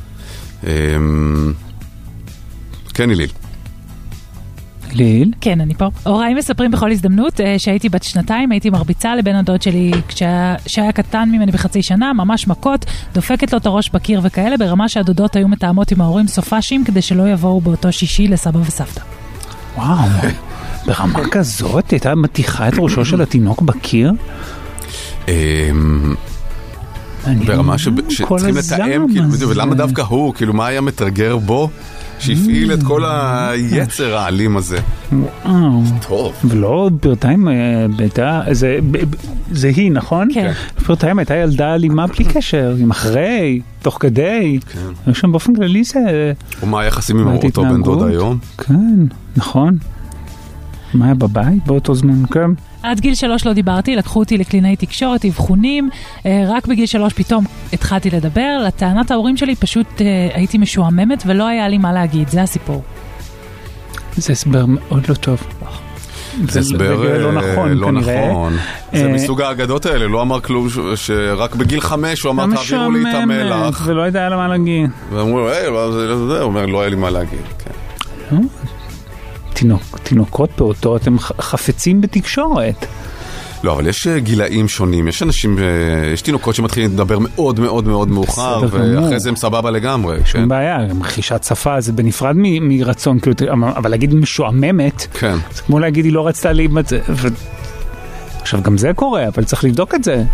כן, איליל. ליל? כן, אני פה. הוריי מספרים בכל הזדמנות שהייתי בת 2, הייתי מרביצה לבן הדוד שלי כשהיה קטן ממני בחצי שנה, ממש מכות, דופקת לו את הראש בקיר וכאלה, ברמה שהדודות היו מתאמות עם ההורים סופשים כדי שלא יבואו באותו שישי לסבא וסבתא. וואו, ברמה כזאת הייתה מתיחה את ראשו של התינוק בקיר? ברמה שצריכים לתאם, ולמה דווקא הוא, כאילו מה היה מתרגר בו שהפעיל את כל היצר העלים הזה. וואו. טוב. ולא פרטיים, זה היא, נכון? כן. פרטיים הייתה ילדה אלימה בלי קשר, עם אחרי, תוך כדי. כן. שם באופן כללי זה... ומה היחסים עם אותו בן דוד היום? כן, נכון. מה היה בבית באותו זמן? כן. עד גיל 3 לא דיברתי, לקחו אותי לקלינאי תקשורת, אבחונים, רק בגיל 3 פתאום התחלתי לדבר. לטענת ההורים שלי פשוט הייתי משועממת ולא היה לי מה להגיד, זה הסיפור. זה הסבר מאוד לא טוב. זה הסבר לא נכון. זה מסוג האגדות האלה, לא אמר כלום שרק בגיל 5 הוא אמר תעבירו לי את המלח. ולא יודע למה להגיד. ואמרו לו, הוא אומר לא היה לי מה להגיד, כן. תינוקות פעוטות הם חפצים בתקשורת. לא, אבל יש גילאים שונים. יש אנשים, יש תינוקות שמתחילים לדבר מאוד מאוד מאוד מאוחר, ואחרי זה הם סבבה לגמרי. שום בעיה, רכישת שפה זה בנפרד מרצון, אבל להגיד משועממת, זה כמו להגיד היא לא רצתה להימצא. עכשיו גם זה קורה, אבל צריך לבדוק את זה.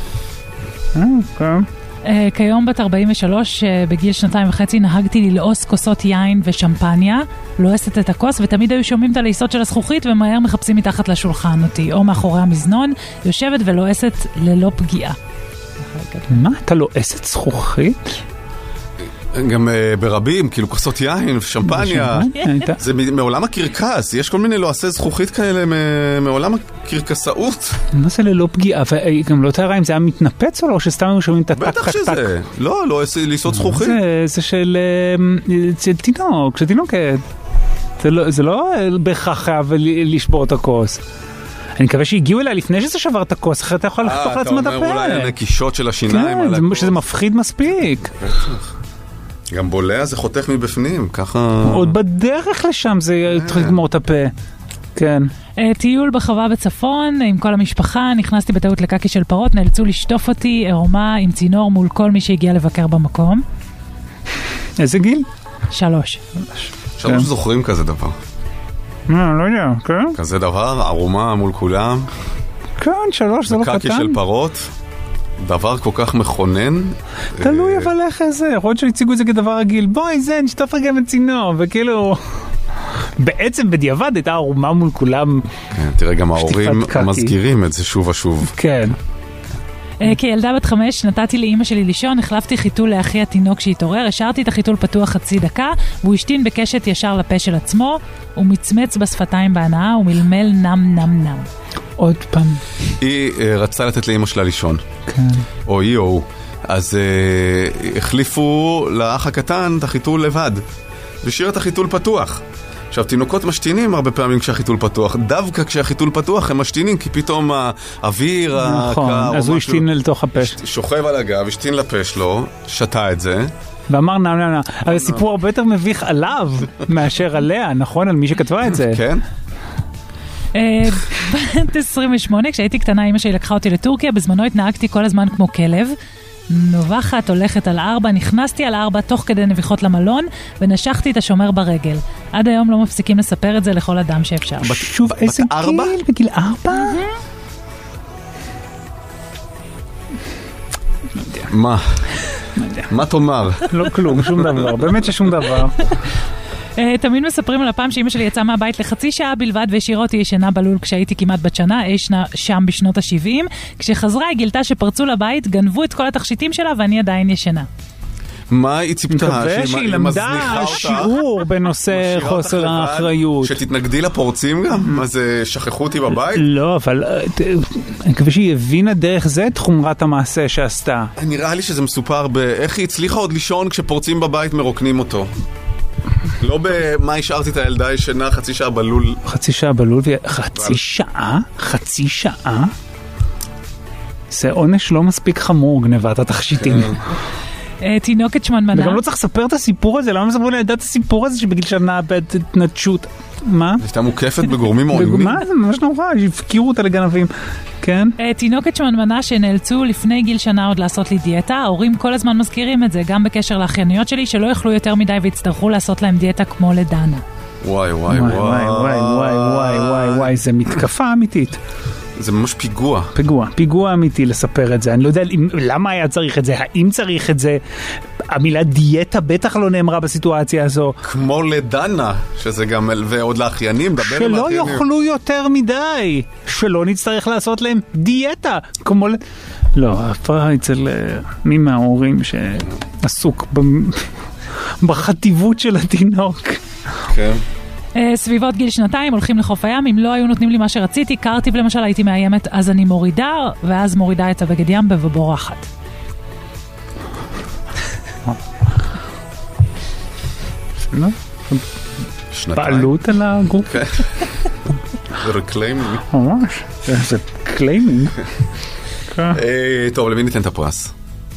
כיום בת 43, בגיל 2.5 נהגתי ללעוס כוסות יין ושמפניה, לועסת את הכוס, ותמיד היו שומעים את הלעיסות של הזכוכית ומהר מחפשים מתחת לשולחן אותי, או מאחורי המזנון, יושבת ולועסת ללא פגיעה. מה? אתה לועסת זכוכית? גם ברבים, כאילו כוסות יין, שמפניה. זה מעולם הקרקס, יש כל מיני לועשי זכוכית כאלה מעולם הקרקסאות. מה זה ללא פגיעה? וגם לא תראה אם זה היה מתנפץ או לא, שסתם היו שומעים את הטק טק טק. בטח שזה, לא לעשות זכוכית. זה של תינוק, של תינוקת. זה לא בהכרח חייב לשבור את הכוס. אני מקווה שהגיעו אליה לפני שזה שבר את הכוס, אחרת אתה יכול לחתוך לעצמה את הפה. אתה אומר אולי הנקישות של השיניים על הכוס. כן, שזה מפחיד מספיק. גם בולע זה חותך מבפנים, ככה... עוד בדרך לשם זה יתחיל לגמור את הפה. כן. טיול בחווה בצפון עם כל המשפחה, נכנסתי בטעות לקקי של פרות, נאלצו לשטוף אותי עירומה עם צינור מול כל מי שהגיע לבקר במקום. איזה גיל? 3. 3 זוכרים כזה דבר. לא יודע, כן? כזה דבר, ערומה מול כולם. כן, 3 זה לא קטן. קקי של פרות, דבר כל כך מכונן. תלוי אבל איך זה, יכול להיות שהציגו את זה כדבר רגיל. בואי זה, נשטוף רגע בצינור, וכאילו... בעצם בדיעבד הייתה ערומה מול כולם. כן, תראה, גם ההורים מזכירים את זה שוב ושוב. כן. כילדה בת 5 נתתי לאמא שלי לישון, החלפתי חיתול לאחי התינוק שהתעורר, השארתי את החיתול פתוח חצי דקה, והוא השתין בקשת ישר לפה של עצמו, הוא מצמץ בשפתיים בהנאה, ומלמל נם נם נם. עוד פעם. היא רצתה לתת לאמא שלה לישון. כן. או היא או הוא. אז החליפו לאח הקטן את החיתול לבד. והשאיר את החיתול פתוח. עכשיו, תינוקות משתינים הרבה פעמים כשהחיתול פתוח. דווקא כשהחיתול פתוח הם משתינים, כי פתאום האוויר, נכון, אז הוא השתין לתוך הפה. שוכב על הגב, השתין לפה שלו, שתה את זה. ואמר נם נם נם. אבל הסיפור הרבה יותר מביך עליו מאשר עליה, נכון? על מי שכתבה את זה. כן. בת 28, כשהייתי קטנה, אמא שלי לקחה אותי לטורקיה, בזמנו התנהגתי כל הזמן כמו כלב. נובחת, הולכת על 4, נכנסתי על 4 תוך כדי נביחות למלון, ונשכתי את השומר ברגל. עד היום לא מפסיקים לספר את זה לכל אדם שאפשר. שוב, איזה גיל? בגיל 4? מה? מה תאמר? לא כלום, שום דבר, באמת ששום דבר. תמיד מספרים על הפעם שאמא שלי יצאה מהבית לחצי שעה בלבד והשאירה אותי ישנה בלול כשהייתי כמעט בת שנה, שם בשנות ה-70. כשחזרה היא גילתה שפרצו לבית, גנבו את כל התכשיטים שלה ואני עדיין ישנה. מה היא ציפתה? מקווה שהיא למדה שיעור בנושא חוסר האחריות. שתתנגדי לפורצים גם? אז שכחו אותי בבית? לא, אבל אני מקווה שהיא הבינה דרך זה את חומרת המעשה שעשתה. נראה לי שזה מסופר באיך היא הצליחה עוד לישון כשפורצים בבית מרוקנים אותו. לא במה השארתי את הילדה ישנה חצי שעה בלול. חצי שעה בלול, חצי שעה? חצי שעה? זה עונש לא מספיק חמור, גנבת התכשיטים. תינוקת שמנמנה. וגם לא צריך לספר את הסיפור הזה, למה מספרו לידע את הסיפור הזה שבגיל שנה בהתנדשות? מה? הייתה מוקפת בגורמים עוינים. מה? זה ממש נורא, הפקירו אותה לגנבים. כן? תינוקת שמנמנה שנאלצו לפני גיל שנה עוד לעשות לי דיאטה, ההורים כל הזמן מזכירים את זה, גם בקשר לאחייניות שלי, שלא יאכלו יותר מדי והצטרכו לעשות להם דיאטה כמו לדנה. וואי וואי וואי וואי וואי וואי וואי, זה מתקפה אמיתית. זה ממש פיגוע. פיגוע אמיתי לספר את זה. אני לא יודע למה היה צריך את זה, האם צריך את זה. המילה דיאטה בטח לא נאמרה בסיטואציה הזו. כמו לדנה, שזה גם, ועוד לאחיינים, דבר עם שלא האחיינים. יאכלו יותר מדי, שלא נצטרך לעשות להם דיאטה. כמו לא, הפרעה אצל מי מההורים שעסוק בחטיבות של התינוק. כן. סביבות גיל 2 הולכים לחוף הים, אם לא היו נותנים לי מה שרציתי, קרטיב למשל הייתי מאיימת, אז אני מורידה, ואז מורידה את הבגד ים ובורחת. בעלות על הגוף. זה רקליימינג. ממש, זה קליימינג. טוב, למי ניתן את הפרס?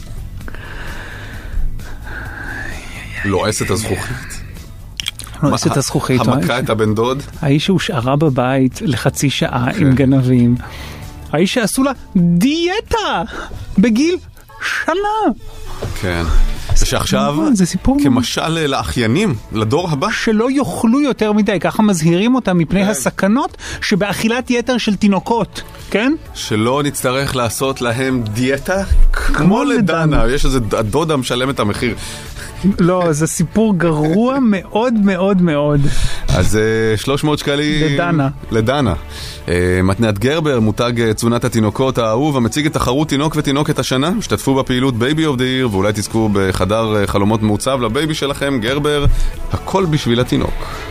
לועס את הזכוכית. לועס את הזכוכית. המכה את הבן דוד. האיש שהושארה בבית לחצי שעה עם גנבים. האיש שעשו לה דיאטה בגיל שנה. כן. ושעכשיו, כמשל לאחיינים, לדור הבא. שלא יאכלו יותר מדי, ככה מזהירים אותם מפני הסכנות שבאכילת יתר של תינוקות, כן? שלא נצטרך לעשות להם דיאטה כמו לדנה. יש איזה הדודה משלם את המחיר. לא, זה סיפור גרוע מאוד מאוד מאוד. אז 300 שקלים לדנה. לדנה. מתנת גרבר, מותג תזונת התינוקות האהוב, המציג את תחרות תינוק ותינוקת השנה. השתתפו בפעילות בייבי אוף דה עיר, ואולי תזכו בחדר חלומות מעוצב לבייבי שלכם. גרבר, הכל בשביל התינוק.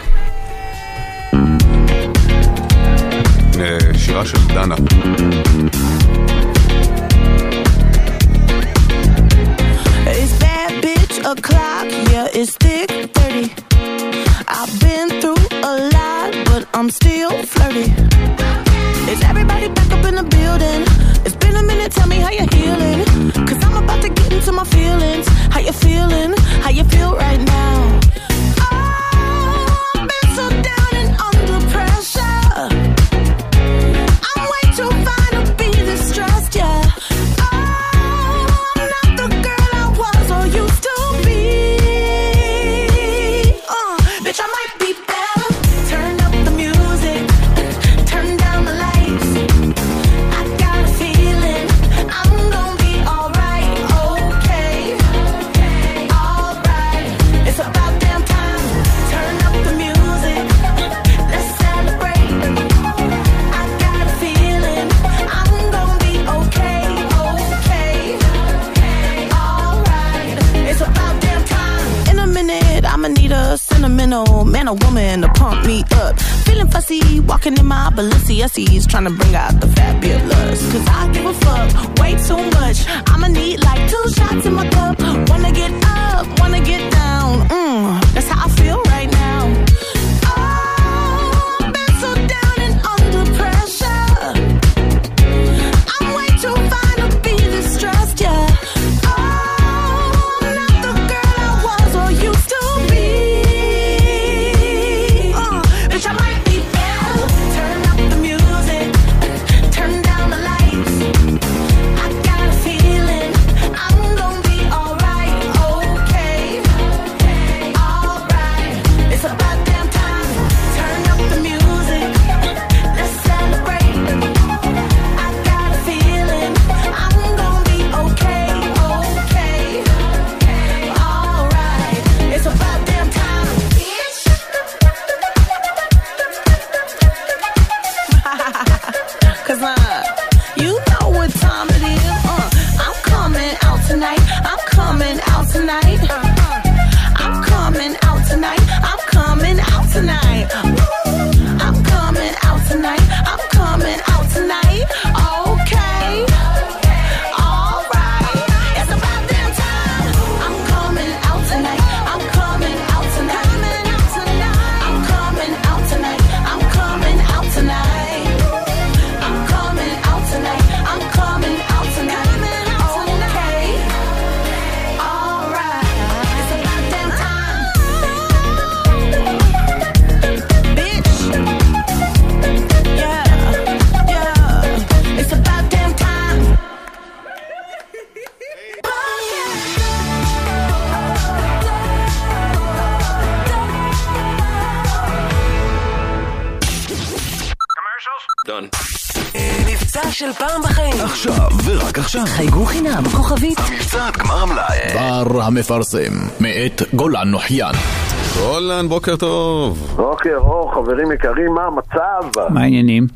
שירה של דנה. It's bad bitch o'clock, yeah, it's thick 30. I've been through a lot, but I'm still flirty. Is everybody back up in the building? It's been a minute, tell me how you're healing. Cause I'm about to get into my feelings. How you feeling? How you feel right now? Oh, I've been so down and under pressure. I'm way too fine to be distressed, yeah. Sentimental man or woman to pump me up. Feeling fussy, walking in my Balenciennes, trying to bring out the fabulous. Cause I give a fuck way too much. I'ma need like 2 shots in my cup. Wanna get up, wanna get down. That's how I feel right now. Oh, I've been so down and under pressure. I'm way too fine to be distressed, yeah. מבצע של פעם בחיים. עכשיו ורק עכשיו. חייגו חינם, כוכבית. המבצע עד גמר המלאי. בר המפרסם, מאת גולן נוחיין. גולן, בוקר טוב. בוקר אור, חברים יקרים, מה המצב? מה העניינים?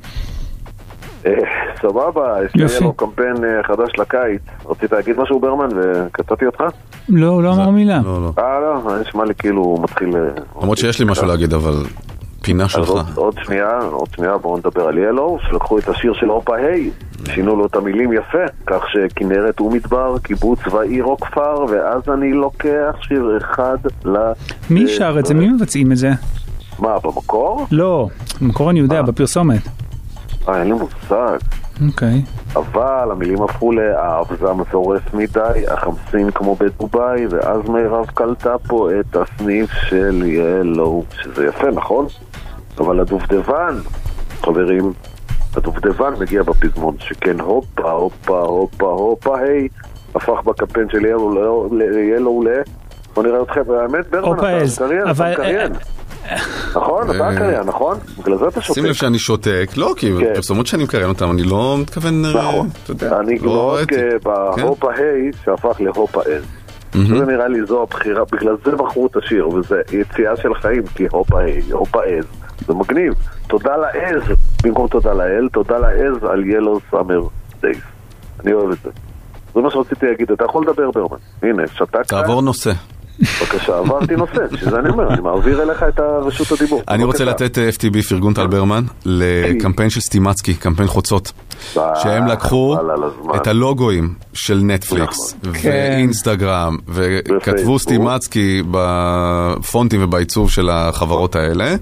סבבה, יש לי לו קמפיין חדש לקיץ. רצית להגיד משהו ברמן וקטעתי אותך? לא, לא אמר מילה. לא, נשמע לי כאילו הוא מתחיל... למרות שיש לי משהו להגיד, אבל פינה שלך. עוד שנייה, בואו נדבר על ילו, שלקחו את השיר של אופה היי, שינו לו את המילים יפה, כך שכנרת ומדבר, קיבוץ ועיר או כפר, ואז אני לוקח שיר אחד מי שר את זה? מי מבצעים את זה? מה, במקור? לא, במקור אני יודע, בפרסומת. אין לי מושג. אוקיי. אבל המילים הפכו לאב, זה המזורף מדי, החמסין כמו בדוביי, ואז מירב קלטה פה את הסניף של ילו, שזה יפה, נכון? אבל הדובדבן, חברים, הדובדבן מגיע בפזמון, שכן הופה, הופה, הופה, הופה, היי, הפך בקמפיין של ילו בוא נראה אתכם, באמת ברמן, אתה קריין. נכון, אתה הקריין, נכון? בגלל זה אתה שותק. שים לב שאני שותק, לא, כי בפרסומות שאני מקריין אותם, אני לא מתכוון... נכון, אני מאוד בהופה היי שהפך להופה אל. זה נראה לי זו הבחירה, בגלל זה בחרו את השיר, וזה יציאה של חיים, כי הופה עז, זה מגניב. תודה לעז, במקום תודה לאל, תודה לעז על Yellow Summer Days. אני אוהב את זה. זה מה שרציתי להגיד, אתה יכול לדבר ברמן. הנה, שתק. תעבור נושא. בבקשה, עברתי נושא, שזה אני אומר, אני מעביר אליך את רשות הדיבור. אני רוצה לתת FTB פרגון טל ברמן לקמפיין של סטימצקי, קמפיין חוצות, שהם לקחו את הלוגויים של נטפליקס ואינסטגרם וכתבו סטימצקי בפונטים ובעיצוב של החברות האלה,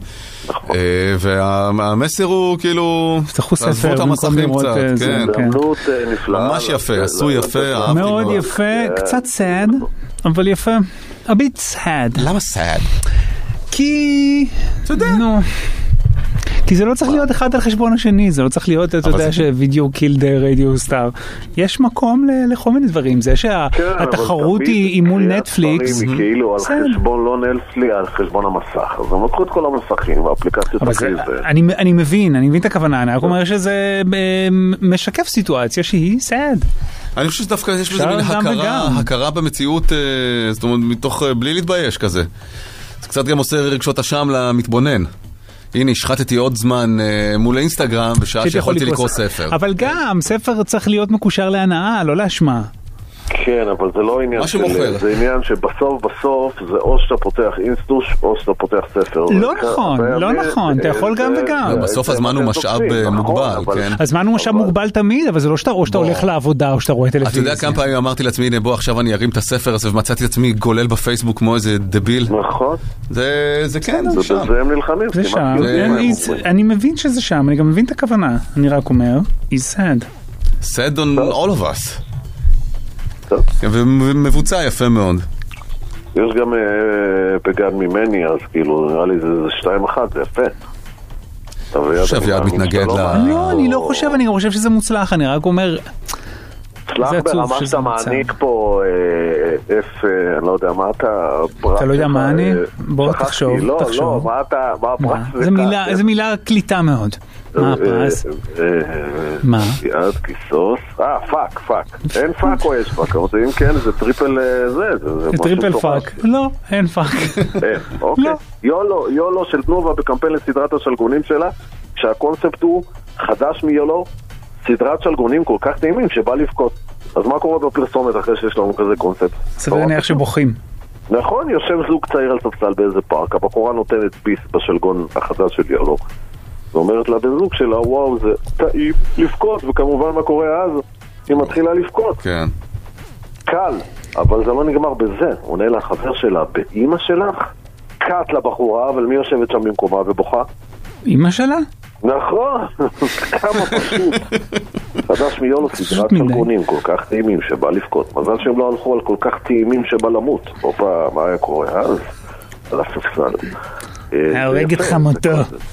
והמסר הוא כאילו תעזבו את המסכים קצת, ממש יפה, עשו יפה, מאוד יפה, קצת סאד אבל יפה. a bit sad. למה sad? כי... אתה יודע. כי זה לא צריך להיות אחד על חשבון השני, זה לא צריך להיות, אתה יודע, שווידאו קילד רדיו סטאר. יש מקום לכל מיני דברים. זה שהתחרות היא מול נטפליקס. כאילו על חשבון לא נטפליקס, על חשבון המסך. אז הם לקחו את כל המסכים והאפליקציות. אני מבין את הכוונה. אני רק אומר שזה משקף סיטואציה שהיא sad. אני חושב שדווקא יש בזה מין הכרה במציאות, זאת אומרת, מתוך בלי להתבייש כזה. זה קצת גם עושה רגשות אשם למתבונן. הנה, השחטתי עוד זמן מול האינסטגרם בשעה שיכולתי לקרוא ספר. אבל גם, ספר צריך להיות מקושר להנאה, לא להשמע. כן, אבל זה לא עניין זה עניין שבסוף זה או שאתה פותח אינסטוש או שאתה פותח ספר. לא נכון, אתה יכול גם וגם. בסוף הזמן הוא משאב מוגבל, כן? הזמן הוא משאב מוגבל תמיד, אבל זה לא שאתה או שאתה הולך לעבודה או שאתה רואה טלוויזיה. אתה יודע כמה פעמים אמרתי לעצמי, הנה בוא עכשיו אני ארים את הספר הזה ומצאתי את עצמי גולל בפייסבוק כמו איזה דביל. נכון. זה כן, זה שם. זה הם נלחמים. זה שם. אני מבין שזה שם, אני גם מבין את הכוונה. אני רק אומר, he's sad. sad on all of us. ומבוצע יפה מאוד. יש גם פגד ממני, אז כאילו נראה לי זה 2-1, זה יפה. עכשיו יד מתנגד לא, אני לא חושב, אני גם חושב שזה מוצלח, אני רק אומר צלח ברמה שאתה מעניק פה אני לא יודע מה אתה לא יודע מה אני? בוא תחשוב. לא, מה הפרס? זה מילה קליטה מאוד. מה הפרס? מה? יד כיסוס. פאק. אין פאק או יש פאק? אם כן זה טריפל זה טריפל פאק. לא, אין פאק. אוקיי. יולו של תנובה בקמפיין לסדרת השלגונים שלה, שהקונספט הוא חדש מיולו, סדרת שלגונים כל כך טעימים שבא לבכות. אז מה קורה בפרסומת אחרי שיש לנו כזה קונספט? סביר נניח שבוכים. נכון, יושב זוג צעיר על ספסל באיזה פארק, הבחורה נותנת ביס בשלגון החדש של יולו. ואומרת לה בזוג שלה, וואו, זה טעים לבכות, וכמובן מה קורה אז? היא מתחילה לבכות. כן. קל, אבל זה לא נגמר בזה. עונה לה חבר שלה, באמא שלך? קט לבחורה, אבל מי יושבת שם במקומה ובוכה? אמא שלה? נכון, כמה פשוט. חדש מיולו סדרת שלגונים כל כך טעימים שבא לבכות. מזל שהם לא הלכו על כל כך טעימים שבא למות. אופה, מה היה קורה אז? על הספסל. הורג את חמותו.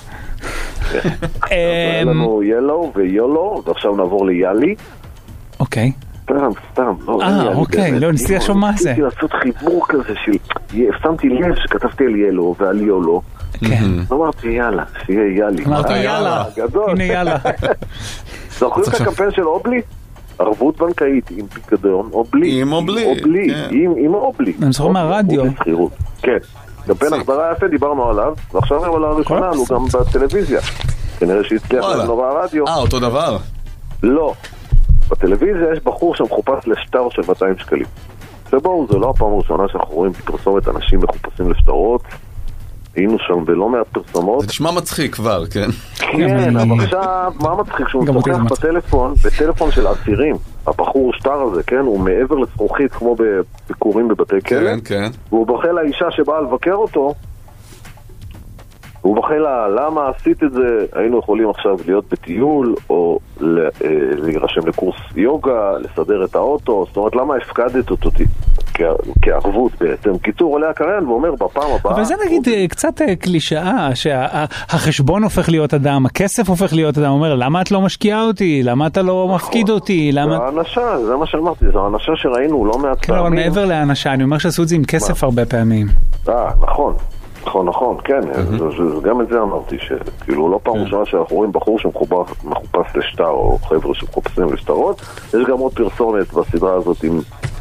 היה לנו ילו ויולו, ועכשיו נעבור ליאלי. אוקיי. סתם. אוקיי, לא, ניסיתי לחשוב מה זה. ניסיתי לעשות חיבור כזה של... שמתי לב שכתבתי על ילו ועל יולו. כן. אמרתי יאללה, שיהיה יאלי. אמרת יאללה, הנה יאללה. זוכרים את הקמפיין של אובלי? ערבות בנקאית עם פיקדון, או בלי. עם או בלי. עם או בלי. אני זוכר מהרדיו. כן. קמפיין החזרה יפה, דיברנו עליו, ועכשיו על הראשונה, הוא גם בטלוויזיה. כנראה שהצליח לנורא הרדיו. אותו דבר? לא. בטלוויזיה יש בחור שמחופש לשטר של 200 שקלים. ובואו, זה לא הפעם הראשונה שאנחנו רואים פרסומת אנשים מחופשים לשטרות. היינו שם בלא מעט פרסומות. זה נשמע מצחיק כבר, כן? כן, אבל עכשיו, מה מצחיק? שהוא משוחח בטלפון של אסירים. הבחור שטר הזה, כן? הוא מעבר לזכוכית כמו בביקורים בבתי כלא. כן, כן. והוא בוכה לאישה שבאה לבקר אותו. הוא בוכה לה, למה עשית את זה? היינו יכולים עכשיו להיות בטיול, או להירשם לקורס יוגה, לסדר את האוטו. זאת אומרת, למה הפקדת אותי? כערבות בעצם. קיצור עולה הקריין ואומר בפעם הבאה... אבל זה נגיד קצת קלישאה, שהחשבון הופך להיות אדם, הכסף הופך להיות אדם, אומר, למה את לא משקיעה אותי? למה אתה לא מפקיד אותי? זה האנשה, זה מה שאמרתי, זה האנשה שראינו לא מעט פעמים. כן, אבל מעבר לאנשה, אני אומר שעשו את זה עם כסף הרבה פעמים. נכון, כן, גם את זה אמרתי, שכאילו לא פעם ראשונה שאנחנו רואים בחור שמחופש לשטר, או חבר'ה שמחופשים לשטרות, יש גם עוד פרסומת בסדרה הזאת עם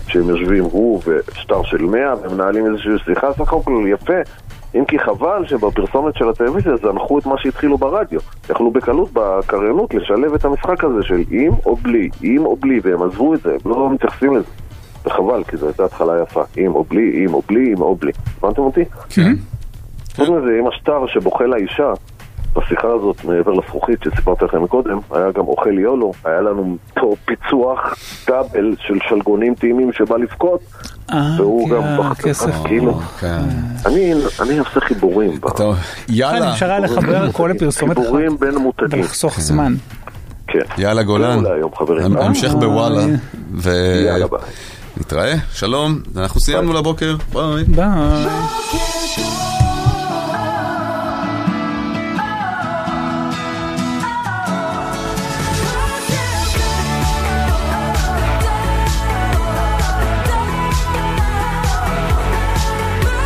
שהם יושבים הוא ושטר של 100 ומנהלים איזושהי שיחה, סך הכל יפה. אם כי חבל שבפרסומת של הטלוויזיה זנחו את מה שהתחילו ברדיו. יכלו בקלות בקריינות לשלב את המשחק הזה של עם או בלי, עם או בלי, והם עזבו את זה, הם לא מתייחסים לזה. וחבל, כי זו הייתה התחלה יפה. עם או בלי, עם או בלי, עם או בלי. הבנתם אותי? כן. חוץ מזה, עם השטר שבוכה לאישה, בשיחה הזאת, מעבר לזכוכית שסיפרתי לכם מקודם, היה גם אוכל יולו, היה לנו פה פיצוח דאבל של שלגונים טעימים שבא לבכות, והוא גם כסף. כאילו, אני עושה חיבורים. יאללה. אפשר היה לחבר כל הפרסומת חיבורים בין מותגים. ולחסוך זמן. כן. יאללה גולן. המשך בוואלה. יאללה ביי. נתראה, שלום. אנחנו סיימנו לבוקר. ביי. ביי.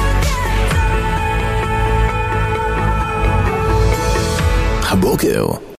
הבוקר